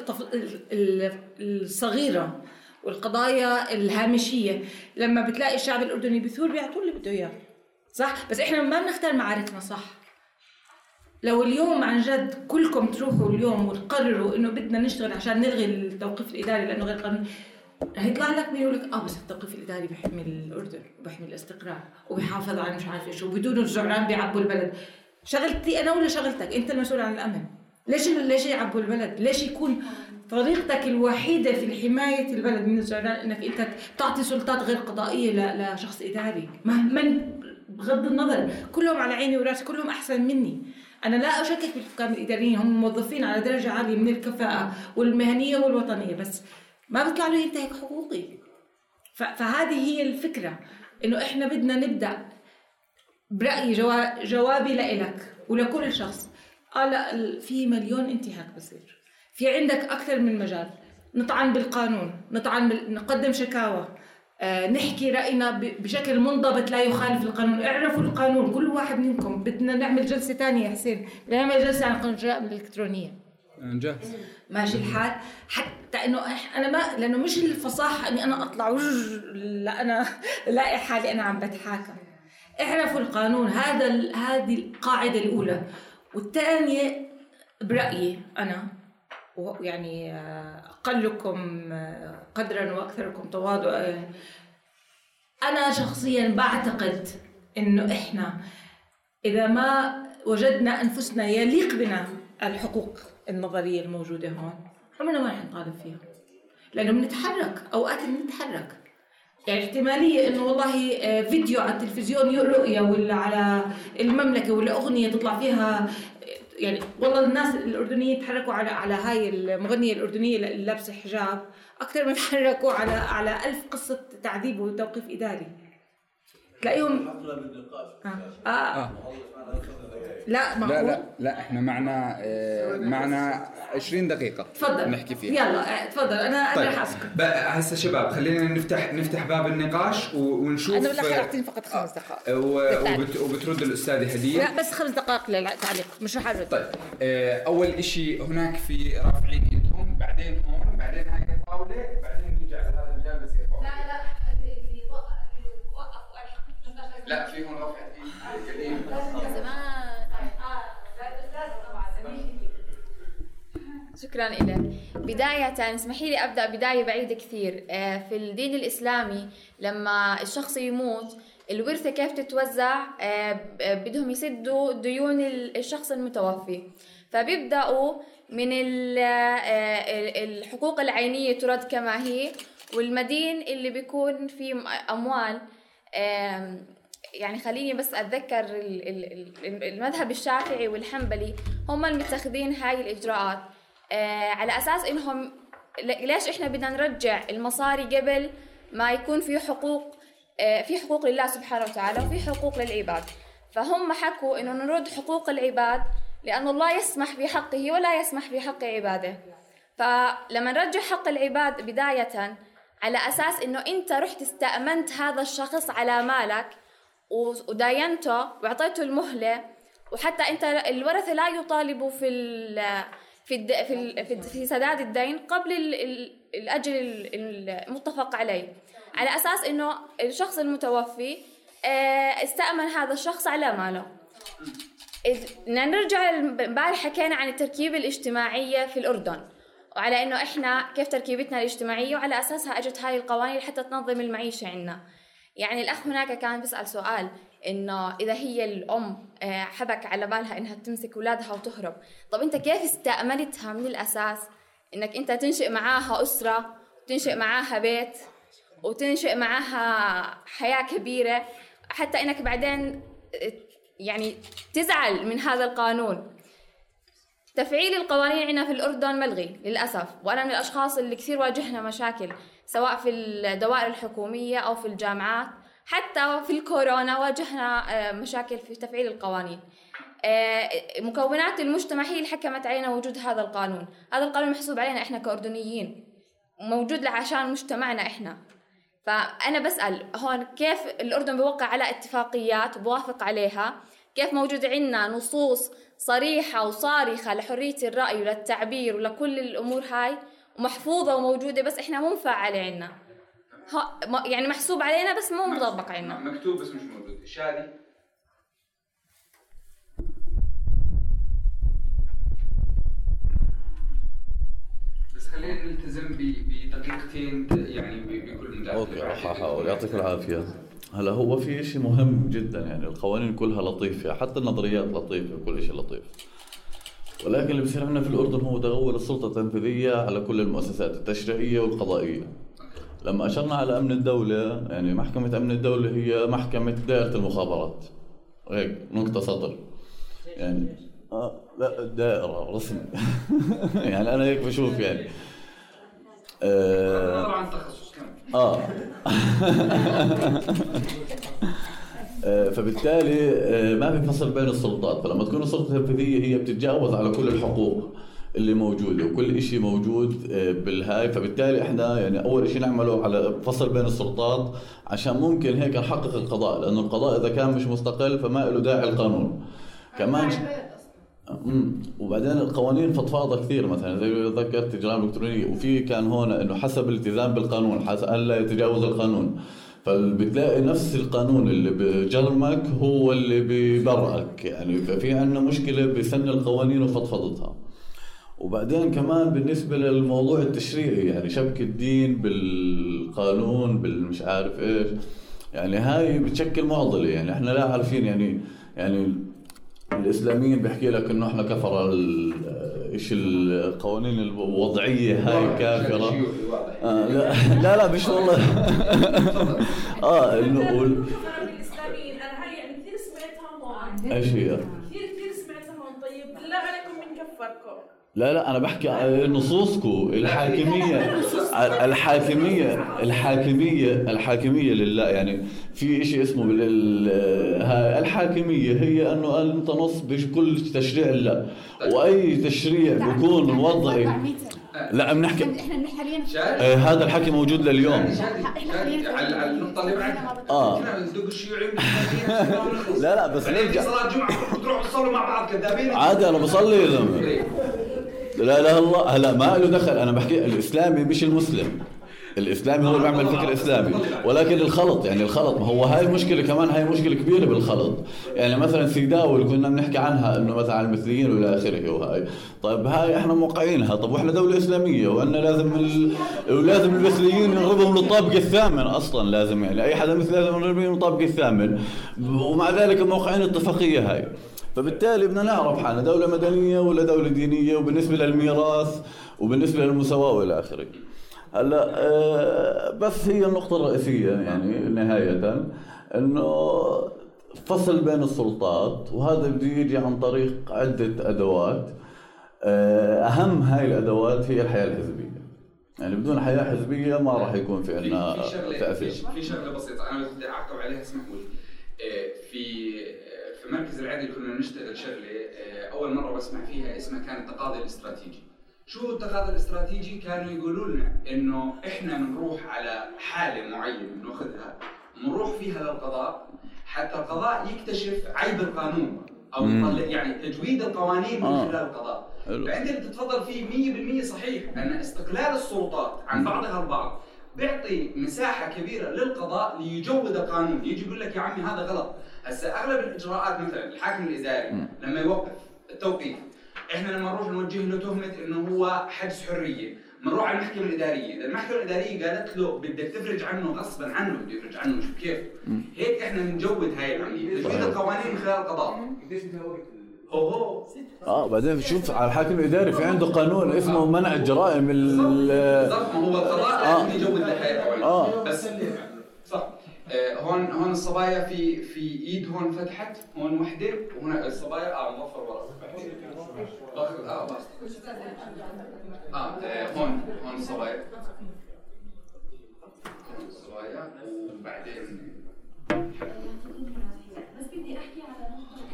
الصغيرة والقضايا الهامشية لما بتلاقي الشعب الأردني بثور بيعطوا اللي بده إياه، صح؟ بس إحنا ما بنختار معاركنا صح. لو اليوم عن جد كلكم تروحوا اليوم وتقرروا انه بدنا نشتغل عشان نلغي التوقيف الاداري لانه غير قانوني، هيطلع لك بيقول لك بس التوقيف الاداري بيحمي الاردن وبيحمي الاستقرار وبيحافظ على مش عارف ايش، وبدون الزعران بيعبوا البلد. شغلتي انا ولا شغلتك؟ انت المسؤول عن الامن. ليش يعبوا البلد؟ ليش يكون طريقتك الوحيده في حمايه البلد من الزعران انك انت تعطي سلطات غير قضائيه لشخص اداري؟ مهما بغض النظر كلهم على عيني وراسي، كلهم احسن مني. أنا لا أشكك بالحكام الإداريين، هم موظفين على درجة عالية من الكفاءة والمهنية والوطنية، بس ما بيطلع له ينتهك حقوقي. فهذه هي الفكرة، إنه إحنا بدنا نبدأ برأيي جوابي لإلك ولكل شخص. لا في مليون انتهاك بصير، في عندك أكثر من مجال. نطعن بالقانون، نقدم شكاوى، نحكي رأينا بشكل منضبط لا يخالف القانون. اعرفوا القانون كل واحد منكم. بدنا نعمل جلسة تانية يا حسين، بدنا نعمل جلسة عن قانون الجرائم الإلكترونية. جاهز ماشي الحال، حتى إنه أنا ما، لأنه مش الفصاحة إني أنا أطلع لا أنا لاقي حالي أنا عم بتحاكم. اعرفوا القانون، هذه القاعدة الأولى. والثانية برأيي أنا، يعني أقلكم قدراً وأكثركم تواضعاً، أنا شخصياً بعتقد إنه إحنا إذا ما وجدنا أنفسنا يليق بنا الحقوق النظرية الموجودة هون، عمرنا ما رح نطالب فيها، لأنه بنتحرك. أوقات بنتحرك، يعني احتمالية إنه والله فيديو على التلفزيون رؤية ولا على المملكة ولا أغنية تطلع فيها، يعني والله الناس الأردنيين تحركوا على هاي المغنية الأردنية اللي لابسة حجاب أكثر من تحركوا على 1000 قصة تعذيب وتوقيف إداري. تلاقيهم لا احنا معنا 20 دقيقة تفضل نحكي فيها. يلا تفضل. انا طيب. راح اسكت. هسه شباب خلينا نفتح باب النقاش ونشوف. انا بالاخير اعطيني فقط 5 دقائق وبترد الأستاذة هدية. لا بس 5 دقائق للتعليق مش رح ارد. طيب اول إشي هناك في رافعين ايدهم، بعدين هون، بعدين هاي الطاولة، بعدين نيجي على هذا الجانب يصير فوق. اللي وقفوا لا في هون رفعت ايد زمان. شكرا لك. بداية اسمحي لي أبدأ بداية بعيدة كثير. في الدين الإسلامي لما الشخص يموت الورثة كيف تتوزع؟ بدهم يسدوا ديون الشخص المتوفي، فبيبدأوا من الحقوق العينية ترد كما هي، والمدين اللي بيكون فيه أموال. يعني خليني بس أتذكر المذهب الشافعي والحنبلي هم المتخذين هاي الإجراءات على أساس إنهم ليش إحنا بدنا نرجع المصاري قبل ما يكون في حقوق لله سبحانه وتعالى وفي حقوق للعباد. فهم حكوا إنه نرد حقوق العباد لأن الله يسمح بحقه ولا يسمح بحق عباده. فلما نرجع حق العباد بداية على أساس إنه أنت رحت استأمنت هذا الشخص على مالك وداينته وعطيته المهلة، وحتى أنت الورثة لا يطالبوا في سداد الدين قبل الأجل المتفق عليه، على أساس إنه الشخص المتوفي استأمن هذا الشخص على ماله. نرجع امبارح حكينا عن التركيبة الاجتماعية في الأردن وعلى إنه إحنا كيف تركيبتنا الاجتماعية وعلى أساسها أجت هاي القوانين حتى تنظم المعيشة عنا. يعني الأخ هناك كان بيسأل سؤال إنه إذا هي الأم حبك على بالها إنها تمسك أولادها وتهرب، طب أنت كيف استأمنتها من الأساس إنك أنت تنشئ معاها أسرة وتنشئ معاها بيت وتنشئ معاها حياة كبيرة حتى إنك بعدين يعني تزعل من هذا القانون؟ تفعيل القوانين عندنا في الأردن ملغي للأسف، وأنا من الأشخاص اللي كثير واجهنا مشاكل سواء في الدوائر الحكومية أو في الجامعات، حتى في الكورونا واجهنا مشاكل في تفعيل القوانين. مكونات المجتمع هي اللي حكمت علينا وجود هذا القانون. هذا القانون محسوب علينا إحنا كأردنيين، موجود عشان مجتمعنا إحنا. فأنا بسأل هون كيف الأردن بيوقع على اتفاقيات وبوافق عليها، كيف موجود عندنا نصوص صريحة وصارخة لحرية الرأي وللتعبير ولكل الأمور هاي ومحفوظة وموجودة، بس إحنا مو مفعلة عنا، يعني محسوب علينا بس مو مطبق عنا، مكتوب بس مش موجود. شادي بس خلينا نلتزم بدقيقتين يعني بكل مداخلة. اوكي راح احاول. يعطيك العافية. هلا هو في شيء مهم جدا، يعني القوانين كلها لطيفة، حتى النظريات لطيفة وكل شيء لطيف، ولكن اللي بصير عندنا في الأردن هو تغول السلطة التنفيذية على كل المؤسسات التشريعية والقضائية. لما أشرنا على أمن الدولة، يعني محكمة أمن الدولة هي محكمة دائرة المخابرات، هيك نقطة سطر يعني لا دائرة رسمي يعني أنا هيك بشوف يعني عن تخصص فبالتالي ما في فصل بين السلطات. فلما تكون السلطة التنفيذية هي بتتجاوز على كل الحقوق اللي موجودة وكل إشي موجود بالهاي، فبالتالي إحنا يعني أول إشي نعمله على فصل بين السلطات عشان ممكن هيك نحقق القضاء، لأنه القضاء إذا كان مش مستقل فما له داعي القانون كمان. وبعدين القوانين فضفاضة كثير، مثلا زي ما ذكرت الإجرام الإلكترونية، وفي كان هون إنه حسب الالتزام بالقانون، حسب ألا يتجاوز القانون، فبتلاقي نفس القانون اللي بجرمك هو اللي ببرئك، يعني ففي عندنا مشكلة بسن القوانين وفضفضتها. وبعدين كمان بالنسبة للموضوع التشريعي، يعني شبك الدين بالقانون بالمش عارف إيش، يعني هاي بتشكل معضلة. يعني إحنا لا عارفين يعني الإسلاميين بيحكي لك إنه إحنا كفر إيش القوانين الوضعية هاي كافرة. لا مش والله إنه الإسلاميين أنا هاي يعني كثير سمعتها هون. إيش هي؟ كثير سمعتها هون. طيب بالله عليكم من كفركم؟ لا أنا بحكي نصوصكم الحاكمية لله. يعني في شيء اسمه الحاكمية هي أنه أنت نص بكل تشريع الله، وأي تشريع بيكون وضعي. لا بنحكي هذا الحكي موجود لليوم. على النقطة اللي بعد لا بس نرجع صلاة جمعة تروحوا تصلوا مع بعض كذابين عادي. أنا بصلي يا زلمة. لا إله إلا الله. هلا ما له دخل. أنا بحكي الإسلامي مش المسلم. الإسلامي هو اللي بيعمل فكر إسلامي، ولكن الخلط يعني الخلط ما هو هاي مشكلة كمان. هاي مشكلة كبيرة بالخلط. يعني مثلا سيداو اللي كنا بنحكي عنها إنه مثلا على المثليين وإلى آخره وهاي. طيب هاي إحنا موقعينها. طب وإحنا دولة إسلامية وأنا ولازم المثليين ينربهم للطابق الثامن أصلا. لازم يعني أي حدا مثل لازم ينربهم للطابق الثامن، ومع ذلك موقعين اتفاقية هاي. فبالتالي بدنا نعرف حالنا دولة مدنية ولا دولة دينية، وبالنسبة للميراث وبالنسبة للمساواة وإلى آخره. هلا بس هي النقطة الرئيسية يعني نهاية إنه فصل بين السلطات، وهذا بده يجي عن طريق عدة أدوات. أهم هاي الأدوات هي الحياة الحزبية. يعني بدون حياة حزبية ما راح يكون في عندنا تأثير. في شغلة بسيطة أنا بدي أعقب عليها اسمحوا لي. في مركز العدل كنا نشتغل شغلة أول مرة بسمع فيها اسمها كان التقاضي الاستراتيجي. شو التقاضي الاستراتيجي؟ كانوا يقولوا لنا إنه إحنا بنروح على حالة معينة بناخذها بنروح فيها للقضاء حتى القضاء يكتشف عيب القانون أو يعني تجويد القوانين من خلال القضاء. فأنت اللي تتفضل فيه 100% صحيح أن استقلال السلطات عن بعضها البعض بيعطي مساحة كبيرة للقضاء ليجود القانون. يجي يقول لك يا عمي هذا غلط. هسه أغلب الإجراءات مثلا الحاكم الإداري لما يوقف التوقيف، احنا لما نروح نوجه له تهمه انه هو حبس حريه، بنروح على المحكمه الاداريه، اذا المحكمه الاداريه قالت له بدك تفرج عنه غصبا عنه بده يفرج عنه شو كيف؟ هيك احنا بنجود هاي العمليه، تجويد القوانين من خلال القضاء. قديش انت هو بعدين شوف على الحاكم الاداري في عنده قانون اسمه منع الجرائم بالضبط. ما هو القضاء لازم يجود هاي القوانين. بس صح. هون الصبايا في ايد هون فتحت هون وحده وهنا الصبايا مظفر ورا هون الصبايا وبعدين بس بدي احكي على نقطه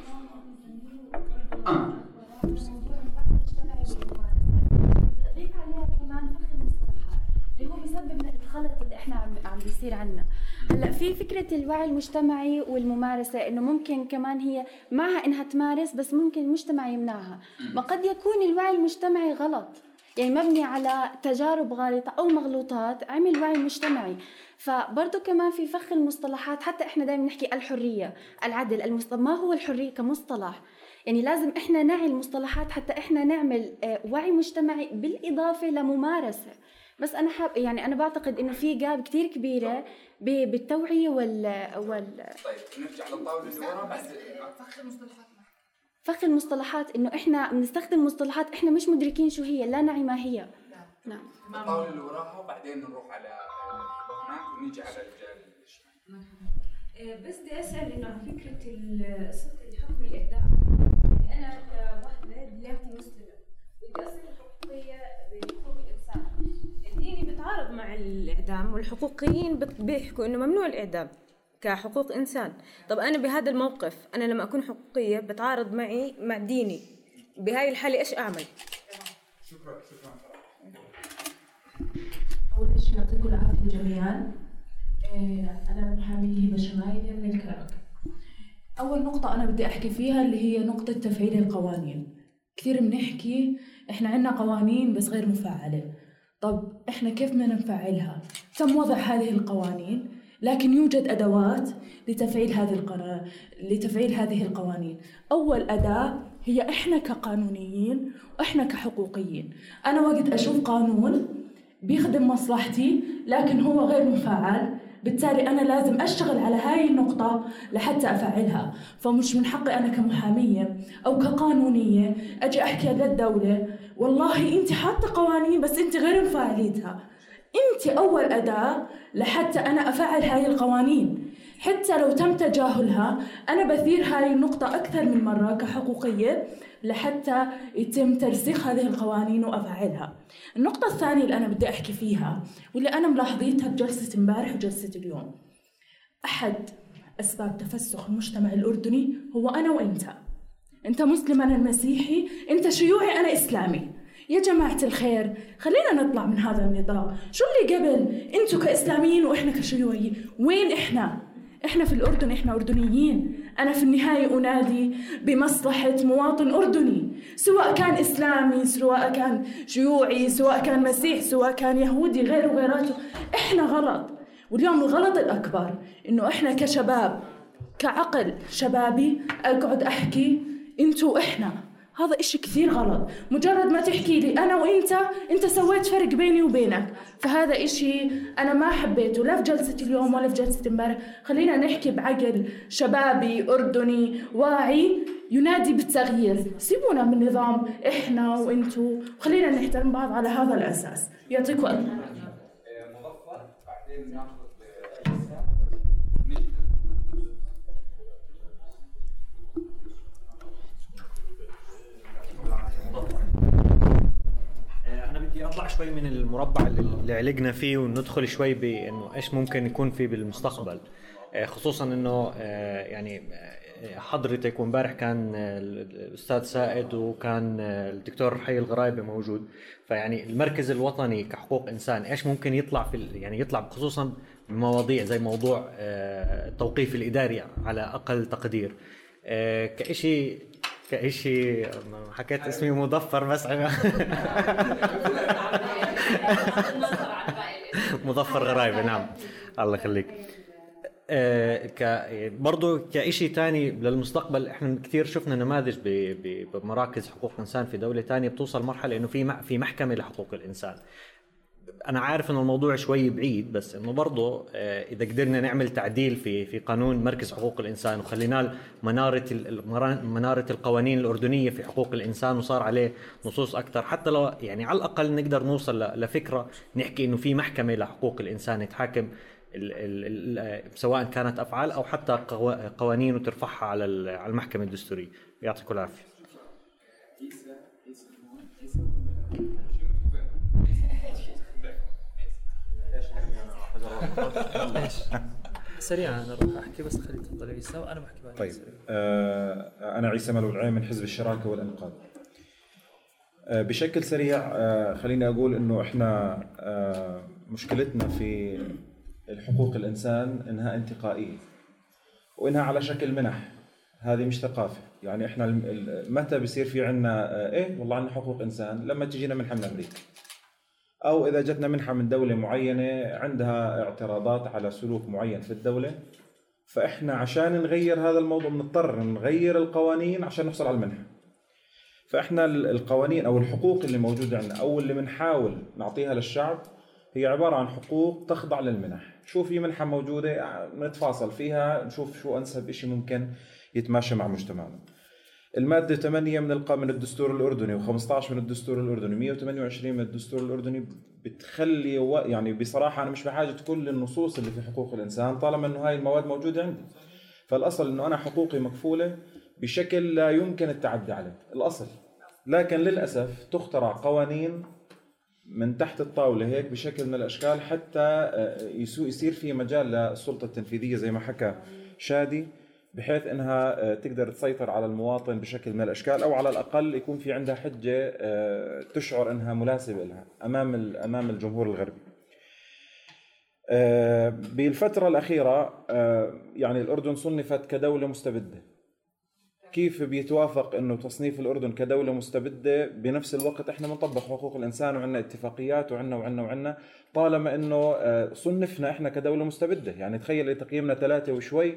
اضيف عليها كمان فخ المصطلحات اللي هو بيسبب الخلط اللي احنا عم بيصير عنا. هلا في فكره الوعي المجتمعي والممارسه انه ممكن كمان هي معها انها تمارس بس ممكن المجتمع يمنعها. ما قد يكون الوعي المجتمعي غلط يعني مبني على تجارب غالطه او مغلوطات عمل وعي مجتمعي. فبرضه كمان في فخ المصطلحات. حتى احنا دائما نحكي الحريه العدل ما هو الحريه كمصطلح؟ يعني لازم احنا نعي المصطلحات حتى احنا نعمل وعي مجتمعي بالاضافه لممارسه. بس انا يعني انا بعتقد انه في جاب كثير كبيره بالتوعيه طيب نرجع للطاوله اللي ورا بعد فخ المصطلحات انه احنا بنستخدم مصطلحات احنا مش مدركين شو هي، لا نعي ما هي. نعم. الطاوله اللي وراها وبعدين نروح على هناك ونيجي على الرجال. بس بدي اسال انه عن فكره الحكم الاعدام. انا كوحده دلوقتي مسلمه بدي اصل الحقوقيه بحقوق الانسان. الديني بتعارض مع الاعدام والحقوقيين بيحكوا انه ممنوع الاعدام كحقوق انسان. طب انا بهذا الموقف انا لما اكون حقوقيه بتعارض معي مع ديني، بهاي الحاله ايش اعمل؟ شكرا. اول شيء يعطيكم العافيه جميعا. انا محاميه هبه شمايلي من الكرك. اول نقطه انا بدي احكي فيها اللي هي نقطه تفعيل القوانين. كثير بنحكي احنا عندنا قوانين بس غير مفعله. طب احنا كيف بدنا نفعلها؟ تم وضع هذه القوانين لكن يوجد ادوات لتفعيل هذه القوانين. اول اداه هي احنا كقانونيين واحنا كحقوقيين. انا وقت اشوف قانون بيخدم مصلحتي لكن هو غير مفعل، بالتالي أنا لازم أشتغل على هاي النقطة لحتى أفعلها. فمش من حقي أنا كمحامية أو كقانونية أجي أحكي للدولة والله أنت حاطة قوانين بس أنت غير مفعليتها. أنت أول أداة لحتى أنا أفعل هاي القوانين. حتى لو تم تجاهلها أنا بثير هاي النقطة أكثر من مرة كحقوقية لحتى يتم ترسيخ هذه القوانين وأفعالها. النقطة الثانية اللي أنا بدي أحكي فيها واللي أنا ملاحظيتها بجلسة امبارح وجلسة اليوم، أحد أسباب تفسخ المجتمع الأردني هو أنا وإنت. أنت مسلم أنا مسيحي، أنت شيوعي أنا إسلامي. يا جماعة الخير خلينا نطلع من هذا النطاق. شو اللي قبل أنتوا كإسلاميين وإحنا كشيوعيين؟ وين إحنا؟ إحنا في الأردن، إحنا أردنيين. أنا في النهاية أنادي بمصلحة مواطن أردني، سواء كان إسلامي، سواء كان شيوعي، سواء كان مسيح، سواء كان يهودي، غيره وغيراته. إحنا غلط. واليوم الغلط الأكبر إنه إحنا كشباب، كعقل شبابي أقعد أحكي أنتوا وإحنا. هذا إشي كثير غلط. مجرد ما تحكي لي أنا وإنت، أنت سويت فرق بيني وبينك. فهذا إشي أنا ما حبيته لا في جلسة اليوم ولا في جلسة امبارح. خلينا نحكي بعقل شبابي أردني واعي ينادي بالتغيير. سيبونا من نظام إحنا وإنتوا، وخلينا نحترم بعض على هذا الأساس. يعطيكم العافية. مظفر بعدين ناخذ أنا بدي أطلع شوي من المربع اللي علقنا فيه وندخل شوي بإنه إيش ممكن يكون فيه بالمستقبل، خصوصا إنه يعني حضرتك وامبارح كان الأستاذ سائد وكان الدكتور حي الغرايبي موجود. فيعني المركز الوطني كحقوق إنسان إيش ممكن يطلع يعني يطلع خصوصا بمواضيع زي موضوع التوقيف الإداري على أقل تقدير، كإشي حكيت اسمي مظفر بس مظفر غرايبي. نعم الله يخليك. برضو كإشي تاني للمستقبل، احنا كثير شفنا نماذج بمراكز حقوق الإنسان في دولة تانية بتوصل مرحلة إنه في محكمة لحقوق الإنسان. أنا عارف إنه الموضوع شوي بعيد، بس إنه برضو إذا قدرنا نعمل تعديل في قانون مركز حقوق الإنسان وخلينا منارة القوانين الأردنية في حقوق الإنسان وصار عليه نصوص أكثر، حتى لو يعني على الأقل نقدر نوصل لفكرة نحكي إنه في محكمة لحقوق الإنسان يتحاكم سواء كانت أفعال أو حتى قوانين وترفعها على المحكمة الدستورية. يعطيكم العافية. سريعا انا اروح احكي بس خلي تفضل عيسى وانا بحكي بعد. طيب انا عيسى ملول العين من حزب الشراكه والانقاذ. بشكل سريع خليني اقول انه احنا مشكلتنا في الحقوق الانسان انها انتقائيه وانها على شكل منح. هذه مش ثقافه. يعني احنا متى بيصير في عندنا ايه والله عندنا حقوق انسان؟ لما تجينا منحه من امريكا، أو إذا جتنا منحة من دولة معينة عندها اعتراضات على سلوك معين في الدولة، فإحنا عشان نغير هذا الموضوع بنضطر نغير القوانين عشان نحصل على المنحة. فإحنا القوانين أو الحقوق اللي موجودة عندنا أو اللي بنحاول نعطيها للشعب هي عبارة عن حقوق تخضع للمنح. شو في منحة موجودة نتفاصل فيها نشوف شو أنسب إشي ممكن يتماشى مع مجتمعنا. المادة 8 من الدستور الأردني و15 من الدستور الأردني 128 من الدستور الأردني بتخلي يعني بصراحة أنا مش بحاجة كل النصوص اللي في حقوق الإنسان طالما إنه هاي المواد موجودة عندي. فالأصل إنه أنا حقوقي مكفولة بشكل لا يمكن التعدي عليه الأصل. لكن للأسف تخترع قوانين من تحت الطاولة هيك بشكل من الأشكال حتى يصير في مجال للسلطة التنفيذية زي ما حكى شادي، بحيث انها تقدر تسيطر على المواطن بشكل من الاشكال، او على الاقل يكون في عندها حجه تشعر انها مناسبه لها امام الجمهور الغربي. بالفتره الاخيره يعني الاردن صنفت كدوله مستبده. كيف بيتوافق انه تصنيف الاردن كدوله مستبده بنفس الوقت احنا بنطبق حقوق الانسان وعندنا اتفاقيات وعندنا طالما انه صنفنا احنا كدوله مستبده؟ يعني تخيل تقييمنا 3 وشوي.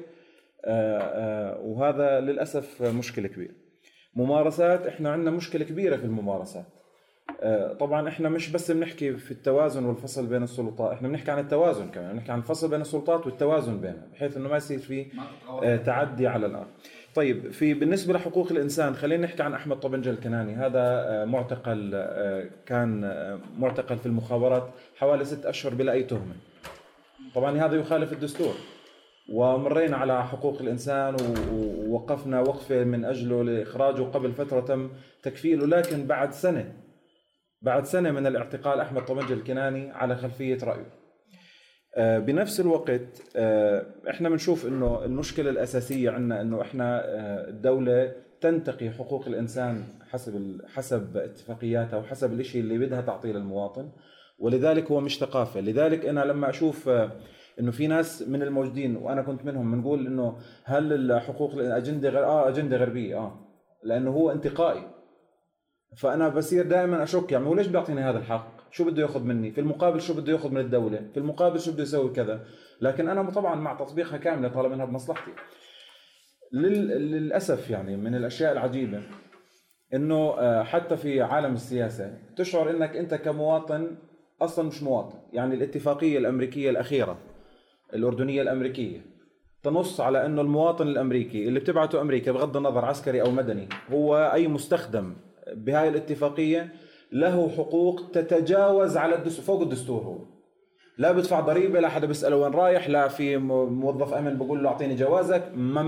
وهذا للأسف مشكلة كبيرة. ممارسات، احنا عندنا مشكلة كبيرة في الممارسات. طبعا احنا مش بس بنحكي في التوازن والفصل بين السلطات، احنا بنحكي عن التوازن كمان، بنحكي عن الفصل بين السلطات والتوازن بينها بحيث انه ما يصير في تعدي على الآخر. طيب بالنسبة لحقوق الإنسان خلينا نحكي عن أحمد طبنجة الكناني. هذا معتقل، كان معتقل في المخابرات حوالي 6 أشهر بلا أي تهمة. طبعا هذا يخالف الدستور. ومرينا على حقوق الإنسان ووقفنا وقفة من أجله لإخراجه قبل فترة تم تكفيله، لكن بعد سنة من الاعتقال أحمد طمنجة الكناني على خلفية رأيه. بنفس الوقت إحنا بنشوف إنه المشكلة الأساسية عندنا إنه إحنا الدولة تنتقي حقوق الإنسان حسب اتفاقياتها وحسب الإشي اللي بدها تعطيه للمواطن، ولذلك هو مش ثقافة. لذلك أنا لما أشوف إنه في ناس من الموجودين وأنا كنت منهم بنقول إنه هل الحقوق أجندة أجندة غربية لأنه هو انتقائي، فأنا بصير دائما أشك يعني هو ليش بيعطيني هذا الحق؟ شو بده ياخذ مني؟ في المقابل شو بده ياخذ من الدولة؟ في المقابل شو بده يسوي كذا؟ لكن أنا طبعا مع تطبيقها كاملة طالما إنها بمصلحتي. للأسف يعني من الأشياء العجيبة إنه حتى في عالم السياسة تشعر إنك أنت كمواطن أصلا مش مواطن. يعني الاتفاقية الأمريكية الأخيرة الأردنية الأمريكية تنص على إنه المواطن الأمريكي اللي بتبعته أمريكا بغض النظر عسكري أو مدني، هو أي مستخدم بهاي الاتفاقية له حقوق تتجاوز على فوق الدستور. هو لا بدفع ضريبة، لا حدا بيسأله وين رايح، لا في موظف أمن بقول له أعطيني جوازك،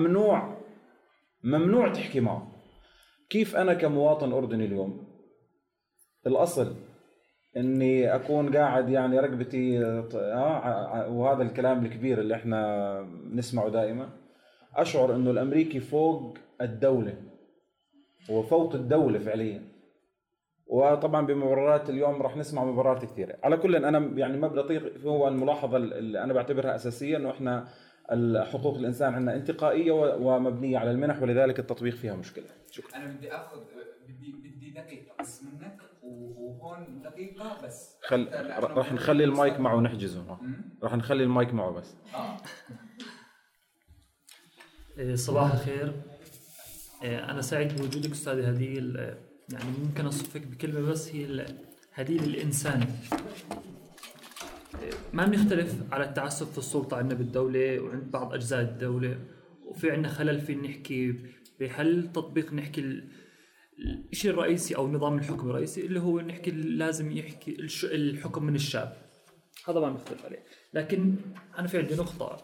ممنوع تحكي معه. كيف أنا كمواطن أردني اليوم الأصل إني أكون قاعد يعني رقبتي وهذا الكلام الكبير اللي إحنا نسمعه دائما، أشعر إنه الأمريكي فوق الدولة، هو فوق الدولة فعليا. وطبعا بمبررات اليوم راح نسمع مبررات كثيرة. على كل أنا يعني مبدأ طيق هو الملاحظة اللي أنا بعتبرها أساسية، إنه إحنا حقوق الإنسان عندنا انتقائية ومبنية على المنح، ولذلك التطبيق فيها مشكلة. شكرا. أنا بدي دقيقة بس منك، وهون دقيقة بس. راح نخلي المايك معه ونحجزه. راح نخلي المايك معه بس. صباح الخير. أنا سعيد بوجودك أستاذ هديل. يعني ممكن أصفك بكلمة بس، هي هديل الإنساني. ما بنختلف على التعسف في السلطة عندنا بالدولة وعند بعض أجزاء الدولة، وفي عندنا خلل في نحكي بحل تطبيق نحكي الشيء الرئيسي أو نظام الحكم الرئيسي اللي هو نحكي لازم يحكي الحكم من الشعب. هذا ما بنختلف عليه، لكن أنا في عندي نقطة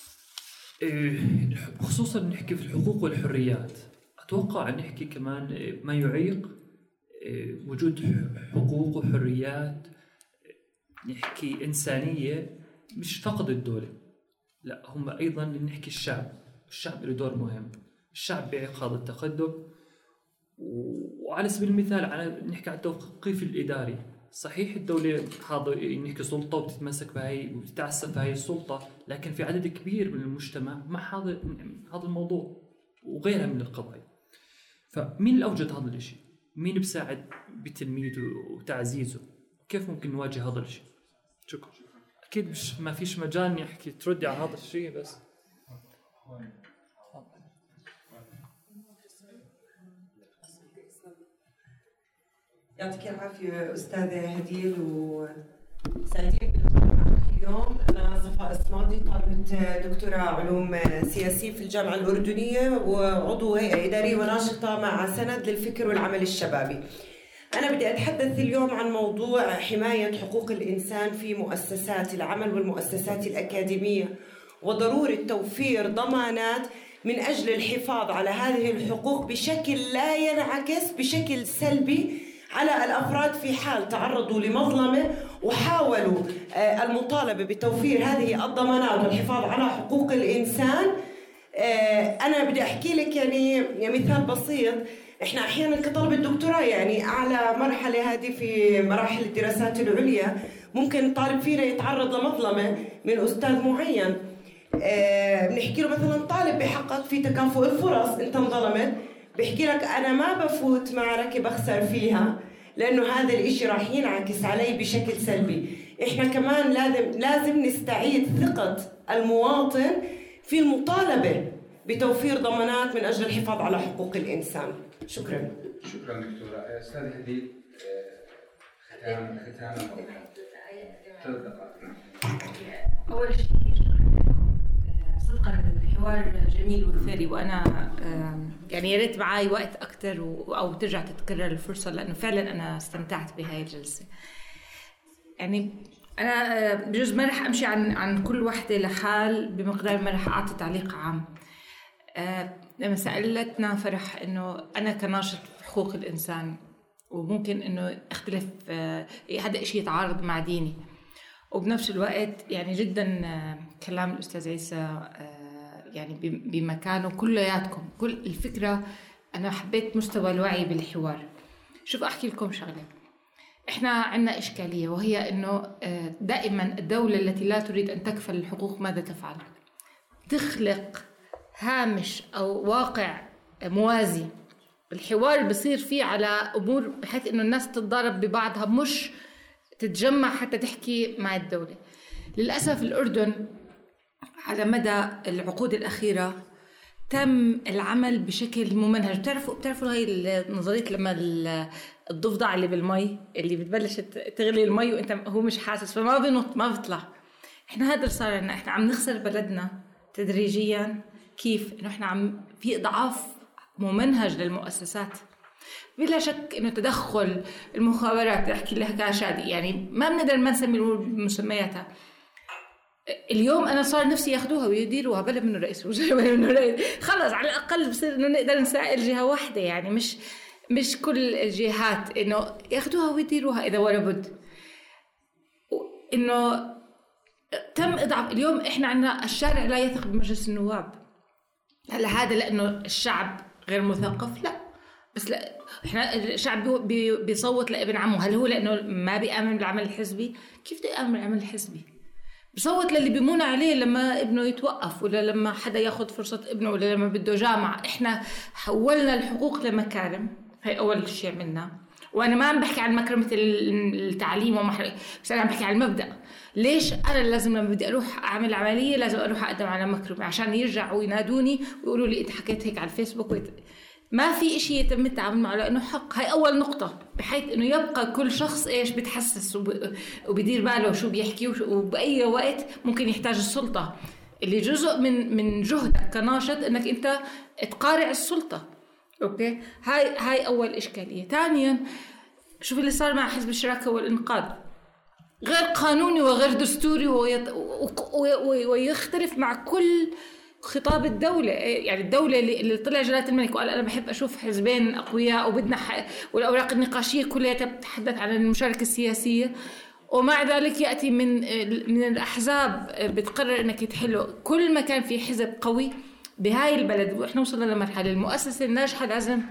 خصوصا نحكي في الحقوق والحريات. أتوقع أن نحكي كمان ما يعيق وجود حقوق وحريات نحكي إنسانية، مش فقط الدولة، لا هم أيضا نحكي الشعب له دور مهم. الشعب بيعيق هذا التقدم. وعلى سبيل المثال نحكي عن التوقيف الإداري. صحيح الدولة هذا نحكي سلطة وبتتمسك بهاي وبتتعسف بهاي السلطة، لكن في عدد كبير من المجتمع مع هذا الموضوع وغيرها من القضايا. فمين اللي أوجد هذا الشيء؟ مين بساعد بتنميته وتعزيزه؟ كيف ممكن نواجه هذا الشيء؟ شكرا. أكيد ما فيش مجال يحكي تردي على هذا الشيء بس. يعطيك العافية أستاذة هديل، وسعيدين باللقاء معك اليوم. أنا صفاء الصمادي، طالبة دكتوراه علوم سياسية في الجامعة الأردنية، وعضو هيئة إدارية وناشطة مع سند للفكر والعمل الشبابي. أنا بدي أتحدث اليوم عن موضوع حماية حقوق الإنسان في مؤسسات العمل والمؤسسات الأكاديمية، وضرورة توفير ضمانات من أجل الحفاظ على هذه الحقوق بشكل لا ينعكس بشكل سلبي على الأفراد في حال تعرضوا لمظلمة وحاولوا المطالبة بتوفير هذه الضمانات والحفاظ على حقوق الإنسان. أنا بدي أحكي لك يعني مثال بسيط. إحنا أحيانا كطلبة دكتوراه يعني أعلى مرحلة هذه في مراحل الدراسات العليا، ممكن الطالب فينا يتعرض لمظلمة من أستاذ معين. بنحكي له مثلا طالب بحقق في تكافؤ الفرص، أنت انظلمت، بحكي لك أنا ما بفوت معركة بخسر فيها لأنه هذا الإشي راح ينعكس علي بشكل سلبي. إحنا كمان لازم نستعيد ثقة المواطن في المطالبة بتوفير ضمانات من أجل الحفاظ على حقوق الإنسان. شكرا. شكرا دكتورة. أستاذ هديل، ختام أول شيء صدقا الحوار جميل وثري، وأنا يعني يا ريت معي وقت أكثر أو ترجع تتكرر الفرصة، لأنه فعلا أنا استمتعت بهاي الجلسة. يعني أنا بجوز ما رح أمشي عن كل وحدة لحال بمقدار ما رح أعطي تعليق عام. لما سألتنا فرح إنه أنا كناشط في حقوق الإنسان وممكن إنه اختلف هذا إشي يتعارض مع ديني، وبنفس الوقت يعني جدا كلام الأستاذ عيسى يعني بمكانه كلياتكم. كل الفكرة أنا حبيت مستوى الوعي بالحوار. شوف أحكي لكم شغلة، إحنا عنا إشكالية وهي إنه دائما الدولة التي لا تريد أن تكفل الحقوق ماذا تفعل؟ تخلق هامش أو واقع موازي الحوار بصير فيه على أمور بحيث إنه الناس تتضارب ببعضها مش تتجمع حتى تحكي مع الدولة. للأسف الأردن على مدى العقود الأخيرة تم العمل بشكل ممنهج. بتعرفوا هاي النظرية لما الضفدع اللي بالمي اللي بتبلش تغلي المي وانت هو مش حاسس فما بنط ما بيطلع. احنا هذا اللي صار لنا، احنا عم نخسر بلدنا تدريجيا. كيف؟ انه احنا عم في اضعاف ممنهج للمؤسسات. بلا شك انه تدخل المخابرات احكي لها شادي يعني ما بنقدر ما نسمي مسمياتها. اليوم انا صار نفسي ياخذوها ويديروها بلا منه رئيس وزراء ولا منه رئيس، خلص على الاقل بصير انه نقدر نسائل جهه واحده يعني مش كل الجهات انه ياخذوها ويديروها اذا ولا بد. انه تم اضعاف. اليوم احنا عندنا الشارع لا يثق بمجلس النواب. هل هذا لانه الشعب غير مثقف؟ لا، بس لا احنا الشعب بيصوت لابن عمه. هل هو لانه ما بيآمن بالعمل الحزبي؟ كيف بده يآمن بالعمل الحزبي؟ بصوت للي بيمون عليه لما ابنه يتوقف ولا لما حدا ياخذ فرصة ابنه ولا لما بده جامعة. احنا حولنا الحقوق لمكارم، هي أول شيء عملنا. وأنا ما عم بحكي عن مكرمة التعليم بس أنا عم بحكي عن المبدأ. ليش أنا لازم لما بدي أروح أعمل عملية لازم أروح أقدم على مكرمة عشان يرجعوا ينادوني ويقولوا لي أنت حكيت هيك على الفيسبوك ما في إشي يتم التعامل معه لأنه حق. هاي أول نقطة، بحيث إنه يبقى كل شخص إيش بتحسس وبيدير باله شو بيحكي وبأي وقت ممكن يحتاج السلطة اللي جزء من جهدك كناشط إنك أنت تقارع السلطة. أوكي، هاي أول إشكالية. ثانيا شوف اللي صار مع حزب الشراكة والإنقاذ، غير قانوني وغير دستوري ويختلف مع كل خطاب الدولة. يعني الدولة اللي طلع جلالة الملك وقال أنا بحب أشوف حزبين أقوياء وبدنا والأوراق النقاشية كلها تتحدث عن المشاركة السياسية، ومع ذلك يأتي من الأحزاب بتقرر أنك تحله. كل ما كان في حزب قوي بهاي البلد وإحنا وصلنا لمرحلة المؤسسة الناجحة لازم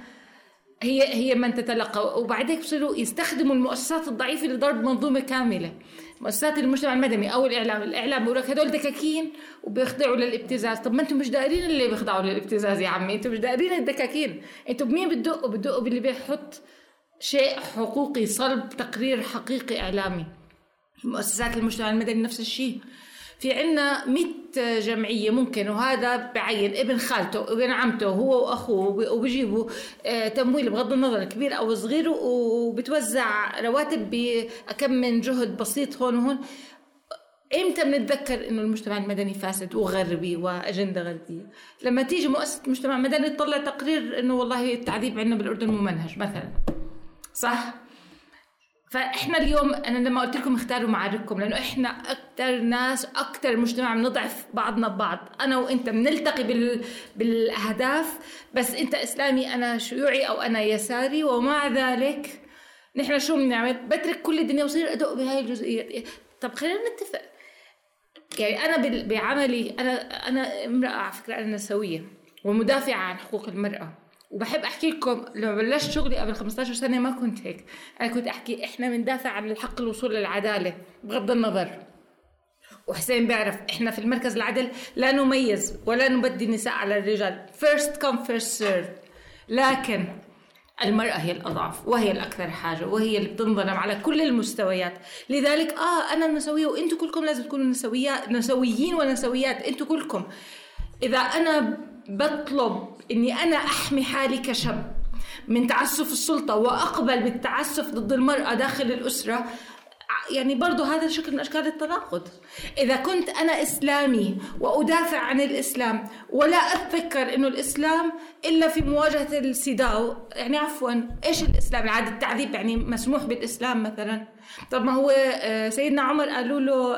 هي من تتلقى، وبعدين بصيروا يستخدموا المؤسسات الضعيفة لضرب منظومة كاملة. مؤسسات المجتمع المدني أو الإعلام بيقول لك هدول دكاكين وبيخضعوا للابتزاز. طب ما أنتم مش دايرين اللي بيخضعوا للابتزاز يا عمي، أنتم مش دايرين الدكاكين. أنتم بمين بتدقوا باللي بيحط شيء حقوقي صلب تقرير حقيقي إعلامي. مؤسسات المجتمع المدني نفس الشيء. في عنا 100 جمعية ممكن، وهذا بعين ابن خالته وابن عمته هو وأخوه وبيجيبوا تمويل بغض النظر كبير أو صغير وبتوزع رواتب بأكم من جهد بسيط هون وهون. إمتى بنتذكر إنه المجتمع المدني فاسد وغربي وأجندة غربية؟ لما تيجي مؤسسة مجتمع مدني تطلع تقرير إنه والله التعذيب عندنا بالأردن ممنهج مثلا، صح؟ فإحنا اليوم أنا لما قلت لكم اختاروا معارككم لأنه إحنا أكتر ناس أكتر مجتمع بنضعف بعضنا ببعض. أنا وإنت بنلتقي بالأهداف، بس أنت إسلامي أنا شيوعي أو أنا يساري، ومع ذلك نحن شو بنعمل؟ بترك كل الدنيا وصير أدق بهاي الجزئيات. طب خلينا نتفق. يعني أنا بعملي أنا امرأة على فكرة، أنا نسوية ومدافعة عن حقوق المرأة، وبحب أحكي لكم لما بلشت شغلي قبل 15 سنة ما كنت هيك. أنا كنت أحكي إحنا بندافع عن الحق الوصول للعدالة بغض النظر، وحسين بيعرف إحنا في المركز العدل لا نميز ولا نبدي النساء على الرجال، first come first serve. لكن المرأة هي الأضعف وهي الأكثر حاجة وهي اللي بتنظلم على كل المستويات. لذلك أنا نسوية وإنتوا كلكم لازم تكونوا نسويين ونسويات. إنتوا كلكم إذا أنا بطلب إني أنا أحمي حالي كشاب من تعسف السلطة وأقبل بالتعسف ضد المرأة داخل الأسرة، يعني برضو هذا شكل من أشكال التناقض. إذا كنت أنا إسلامي وأدافع عن الإسلام ولا أتذكر إنه الإسلام إلا في مواجهة السيداو، يعني عفوا إيش الإسلام؟ العادة التعذيب يعني مسموح بالإسلام مثلا؟ طب ما هو سيدنا عمر قالوا له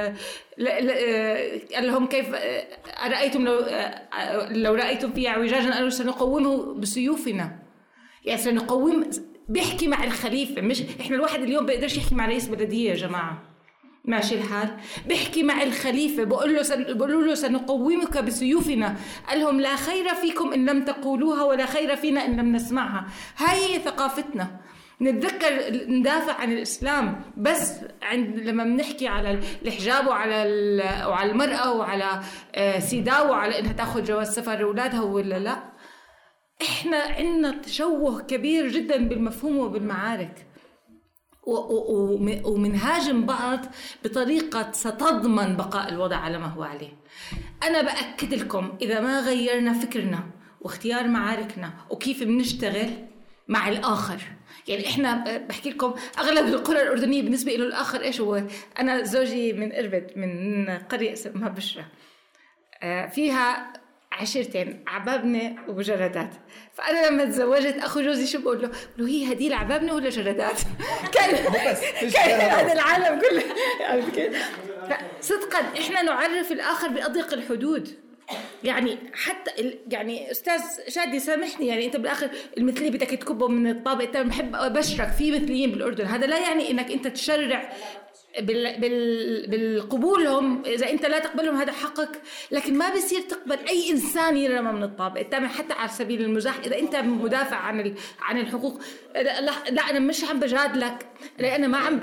قال لهم كيف أرأيتم لو رأيتم فيه اعوجاجا قالوا سنقومه بسيوفنا. يعني سنقوم، بيحكي مع الخليفة، مش إحنا الواحد اليوم بيقدرش يحكي مع رئيس بلدية يا جماعة، ماشي الحال، بيحكي مع الخليفة بقولوا له سنقومك بسيوفنا. قال لهم لا خير فيكم إن لم تقولوها ولا خير فينا إن لم نسمعها. هاي ثقافتنا، نتذكر ندافع عن الإسلام بس لما بنحكي على الحجاب وعلى المرأة وعلى سيداو وعلى إنها تأخذ جواز سفر لأولادها ولا لا. إحنا عندنا تشوه كبير جدا بالمفهوم وبالمعارك، ومنهاجم بعض بطريقة ستضمن بقاء الوضع على ما هو عليه. أنا بأكد لكم إذا ما غيرنا فكرنا واختيار معاركنا وكيف بنشتغل مع الآخر، يعني إحنا بحكي لكم أغلب القرى الأردنية بالنسبة إلى الآخر إيش هو؟ أنا زوجي من إربد، من قرية اسمها بشرة، فيها عشيرتين، عبابنة وجردات. فأنا لما تزوجت أخو جوزي شو بقول له هي هدي العبابنة ولا جردات؟ كان هذا العالم كله صدقا إحنا نعرف الآخر بأضيق الحدود. يعني حتى يعني أستاذ شادي سامحني، يعني أنت بالآخر المثلي بدك تكبه من الطابق الثاني. بحب أبشرك في مثليين بالأردن، هذا لا يعني إنك أنت تشرع بالقبولهم. إذا أنت لا تقبلهم هذا حقك، لكن ما بيصير تقبل أي إنسان يرمى من الطابق الثامن حتى على سبيل المزاح. إذا أنت مدافع عن الحقوق، لا أنا مش عم بجادلك، لأن ما عم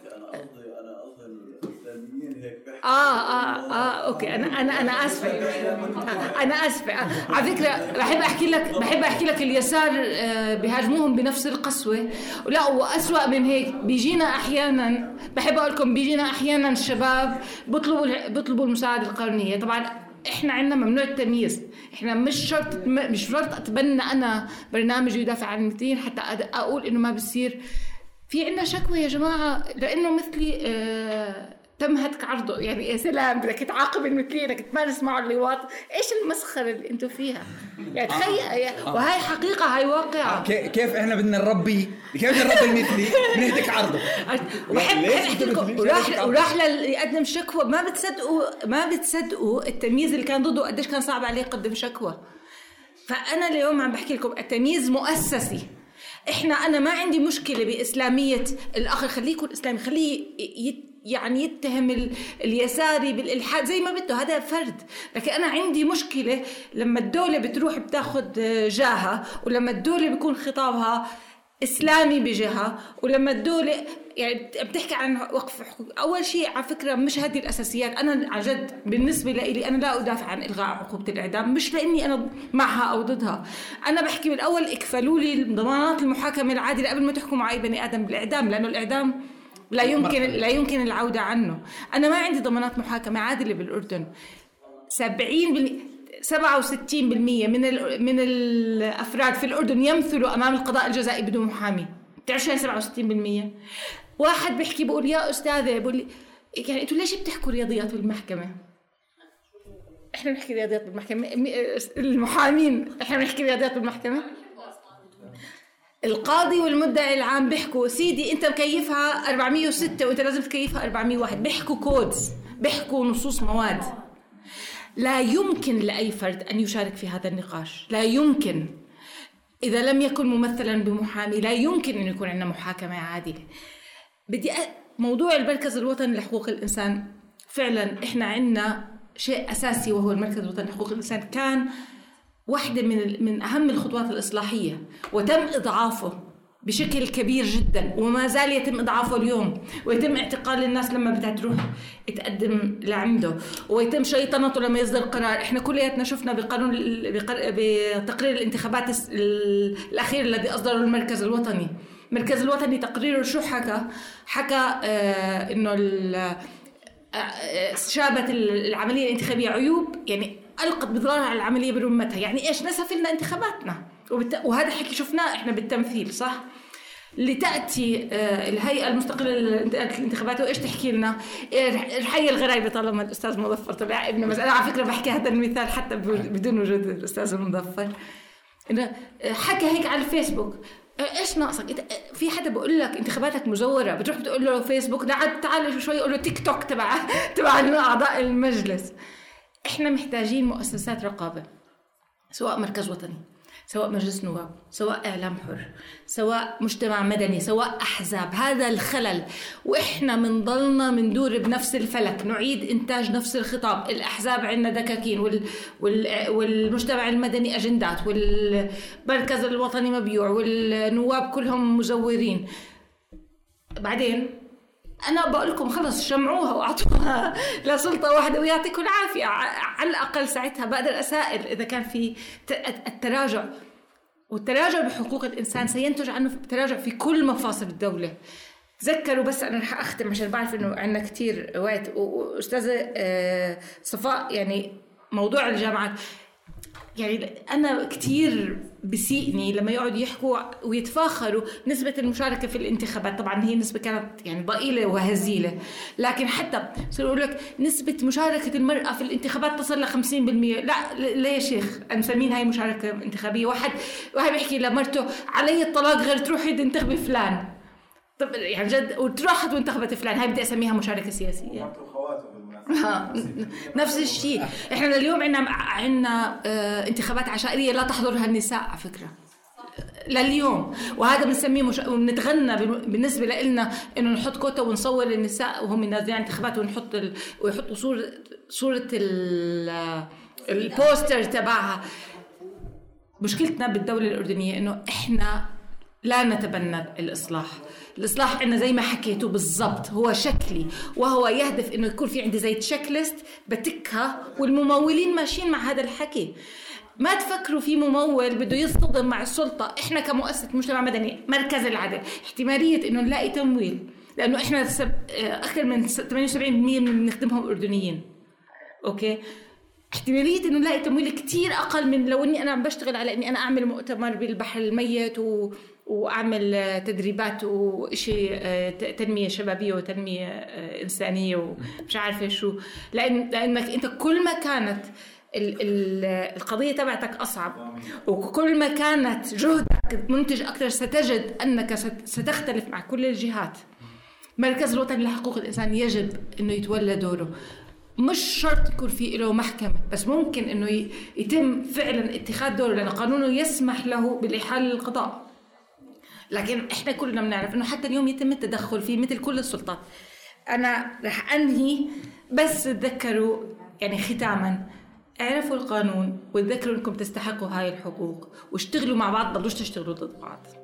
اوكي انا اسفه، انا اسفه. على فكره بحب احكي لك اليسار بيهاجموهم بنفس القسوه، لا واسوأ من هيك. بيجينا احيانا، بحب اقول لكم بيجينا احيانا الشباب بيطلبوا المساعده القانونيه. طبعا احنا عندنا ممنوع التمييز، احنا مش شرط اتبنى انا برنامج يدافع عن المثليين حتى اقول انه ما بصير. في عندنا شكوى يا جماعه لانه مثلي تم هتك عرضه، يعني يا سلام بدك تعاقب المثليين، بدك تمارس معه اللواط. ايش المسخره اللي انتم فيها؟ يعني تخيل، وهي حقيقه، هاي واقعه. كيف احنا بدنا نربي المثلي نهتك عرضه. وبحب احكي لكم، وراح يقدم شكوى، ما بتصدقوا التمييز اللي كان ضده قديش كان صعب عليه يقدم شكوى. فانا اليوم عم بحكي لكم التمييز مؤسسي. انا ما عندي مشكله باسلاميه الاخر، خليه يكون اسلامي، خليه يعني يتهم اليساري بالإلحاد زي ما بده، هذا فرد. لكن أنا عندي مشكلة لما الدولة بتروح بتاخد جاهة، ولما الدولة بيكون خطابها إسلامي بجهة، ولما الدولة يعني بتحكي عن وقف حقوق. أول شيء على فكرة مش هذه الأساسيات. أنا عن جد بالنسبة لي أنا لا أدافع عن إلغاء عقوبة الإعدام، مش لأني أنا معها أو ضدها. أنا بحكي بالأول اكفلوا لي ضمانات المحاكمة العادلة قبل ما تحكموا على أي بني آدم بالإعدام، لأنه الإعدام لا يمكن العودة عنه. أنا ما عندي ضمانات محاكمة عادلة بالأردن. 67% من الأفراد في الأردن يمثلوا أمام القضاء الجزائي بدون محامي. تعرفوا شو 67%؟ واحد بيحكي بقول يا أستاذة، بقول لي يعني أنتوا ليش بتحكوا رياضيات بالمحكمة؟ إحنا بنحكي رياضيات بالمحكمة، المحامين إحنا بنحكي رياضيات بالمحكمة. القاضي والمدعي العام بيحكوا سيدي انت مكيفها 406 وانت لازم تكيفها 401. بيحكوا كودز، بيحكوا نصوص مواد. لا يمكن لأي فرد أن يشارك في هذا النقاش، لا يمكن. إذا لم يكن ممثلا بمحامي لا يمكن أن يكون عندنا محاكمة عادلة. موضوع المركز الوطني لحقوق الإنسان، فعلا إحنا عندنا شيء أساسي وهو المركز الوطني لحقوق الإنسان. كان واحدة من أهم الخطوات الإصلاحية، وتم إضعافه بشكل كبير جدا، وما زال يتم إضعافه اليوم، ويتم اعتقال الناس لما بدها تروح تقدم لعنده، ويتم شيطنته لما يصدر قرار. إحنا كلياتنا شفنا بتقرير الانتخابات الأخير الذي أصدره المركز الوطني. المركز الوطني تقريره شو حكى إنه شابت العملية الانتخابية عيوب، يعني ألقت بضرارها على العملية برمتها. يعني إيش؟ نسف لنا انتخاباتنا، وهذا حكي شفناه إحنا بالتمثيل، صح؟ لتأتي الهيئة المستقلة للانتخابات وإيش تحكي لنا؟ الحي الغرايبة طالما الأستاذ مظفر طلع ابن مسألة. على فكرة بحكي هذا المثال حتى بدون وجود الأستاذ المظفر، إنه حكى هيك على الفيسبوك. إيش ناقصك؟ في حدا بقول لك انتخاباتك مزورة بتروح بتقول له فيسبوك تعال شوي يقول له تيك توك تبع أعضاء المجلس. إحنا محتاجين مؤسسات رقابة، سواء مركز وطني، سواء مجلس نواب، سواء إعلام حر، سواء مجتمع مدني، سواء أحزاب. هذا الخلل، وإحنا منضلنا مندور بنفس الفلك، نعيد إنتاج نفس الخطاب. الأحزاب عندنا دكاكين، والمجتمع المدني أجندات، والمركز الوطني مبيوع، والنواب كلهم مزورين. بعدين أنا بقول لكم خلص شمعوها وأعطوها لسلطة واحدة ويعطيكم العافية. على الأقل ساعتها بقدر أسائل إذا كان في التراجع، والتراجع بحقوق الإنسان سينتج عنه تراجع في كل مفاصل الدولة. تذكروا بس، أنا رح أختم عشان بعرف إنه عندنا كتير وقت. وأستاذة صفاء، يعني موضوع الجامعات، يعني أنا كتير بسيئني لما يقعدوا يحكوا ويتفاخروا نسبة المشاركة في الانتخابات. طبعا هي نسبة كانت يعني ضئيلة وهزيلة، لكن حتى يقول لك نسبة مشاركة المرأة في الانتخابات تصل ل 50%. لا يا شيخ، نسمين هاي مشاركة انتخابية. واحد بيحكي لمرته علي الطلاق غير تروحي تنتخبي فلان. طب يعني جد، وتروحت وانتخبت فلان، هاي بدي أسميها مشاركة سياسية. نفس الشيء. احنا اليوم عندنا انتخابات عشائرية لا تحضرها النساء على فكرة لليوم، وهذا بنسميه ونتغنى بالنسبة لنا انه نحط كوتا ونصور النساء وهم نازلين انتخابات، ويحطوا صورة البوستر تبعها. مشكلتنا بالدولة الأردنية انه احنا لا نتبنى الإصلاح عندنا زي ما حكيتوا بالضبط، هو شكلي، وهو يهدف إنه يكون في عندي زي تشيك ليست بتكها، والممولين ماشيين مع هذا الحكي. ما تفكروا في ممول بده يصطدم مع السلطة. إحنا كمؤسسة مجتمع مدني، مركز العدل، احتمالية إنه نلاقي تمويل، لأنه إحنا أكثر من 78% بنخدمهم أردنيين. أوكي، احتمالية إنه نلاقي تمويل كتير أقل من لو إني أنا عم بشتغل على إني أنا أعمل مؤتمر بالبحر الميت وأعمل تدريبات وإشي تنمية شبابية وتنمية إنسانية ومش عارفة شو. لأنك أنت كل ما كانت القضية تبعتك أصعب، وكل ما كانت جهدك منتج أكثر، ستجد أنك ستختلف مع كل الجهات. مركز الوطني لحقوق الإنسان يجب أنه يتولى دوره. مش شرط يكون في له محكمة، بس ممكن أنه يتم فعلا اتخاذ دوره، لأن قانونه يسمح له بالإحالة للقضاء. لكن إحنا كلنا بنعرف أنه حتى اليوم يتم التدخل فيه مثل كل السلطات. أنا رح أنهي بس تذكروا يعني ختاما، اعرفوا القانون وتذكروا أنكم تستحقوا هاي الحقوق، واشتغلوا مع بعض، بلوش تشتغلوا ضد بعض.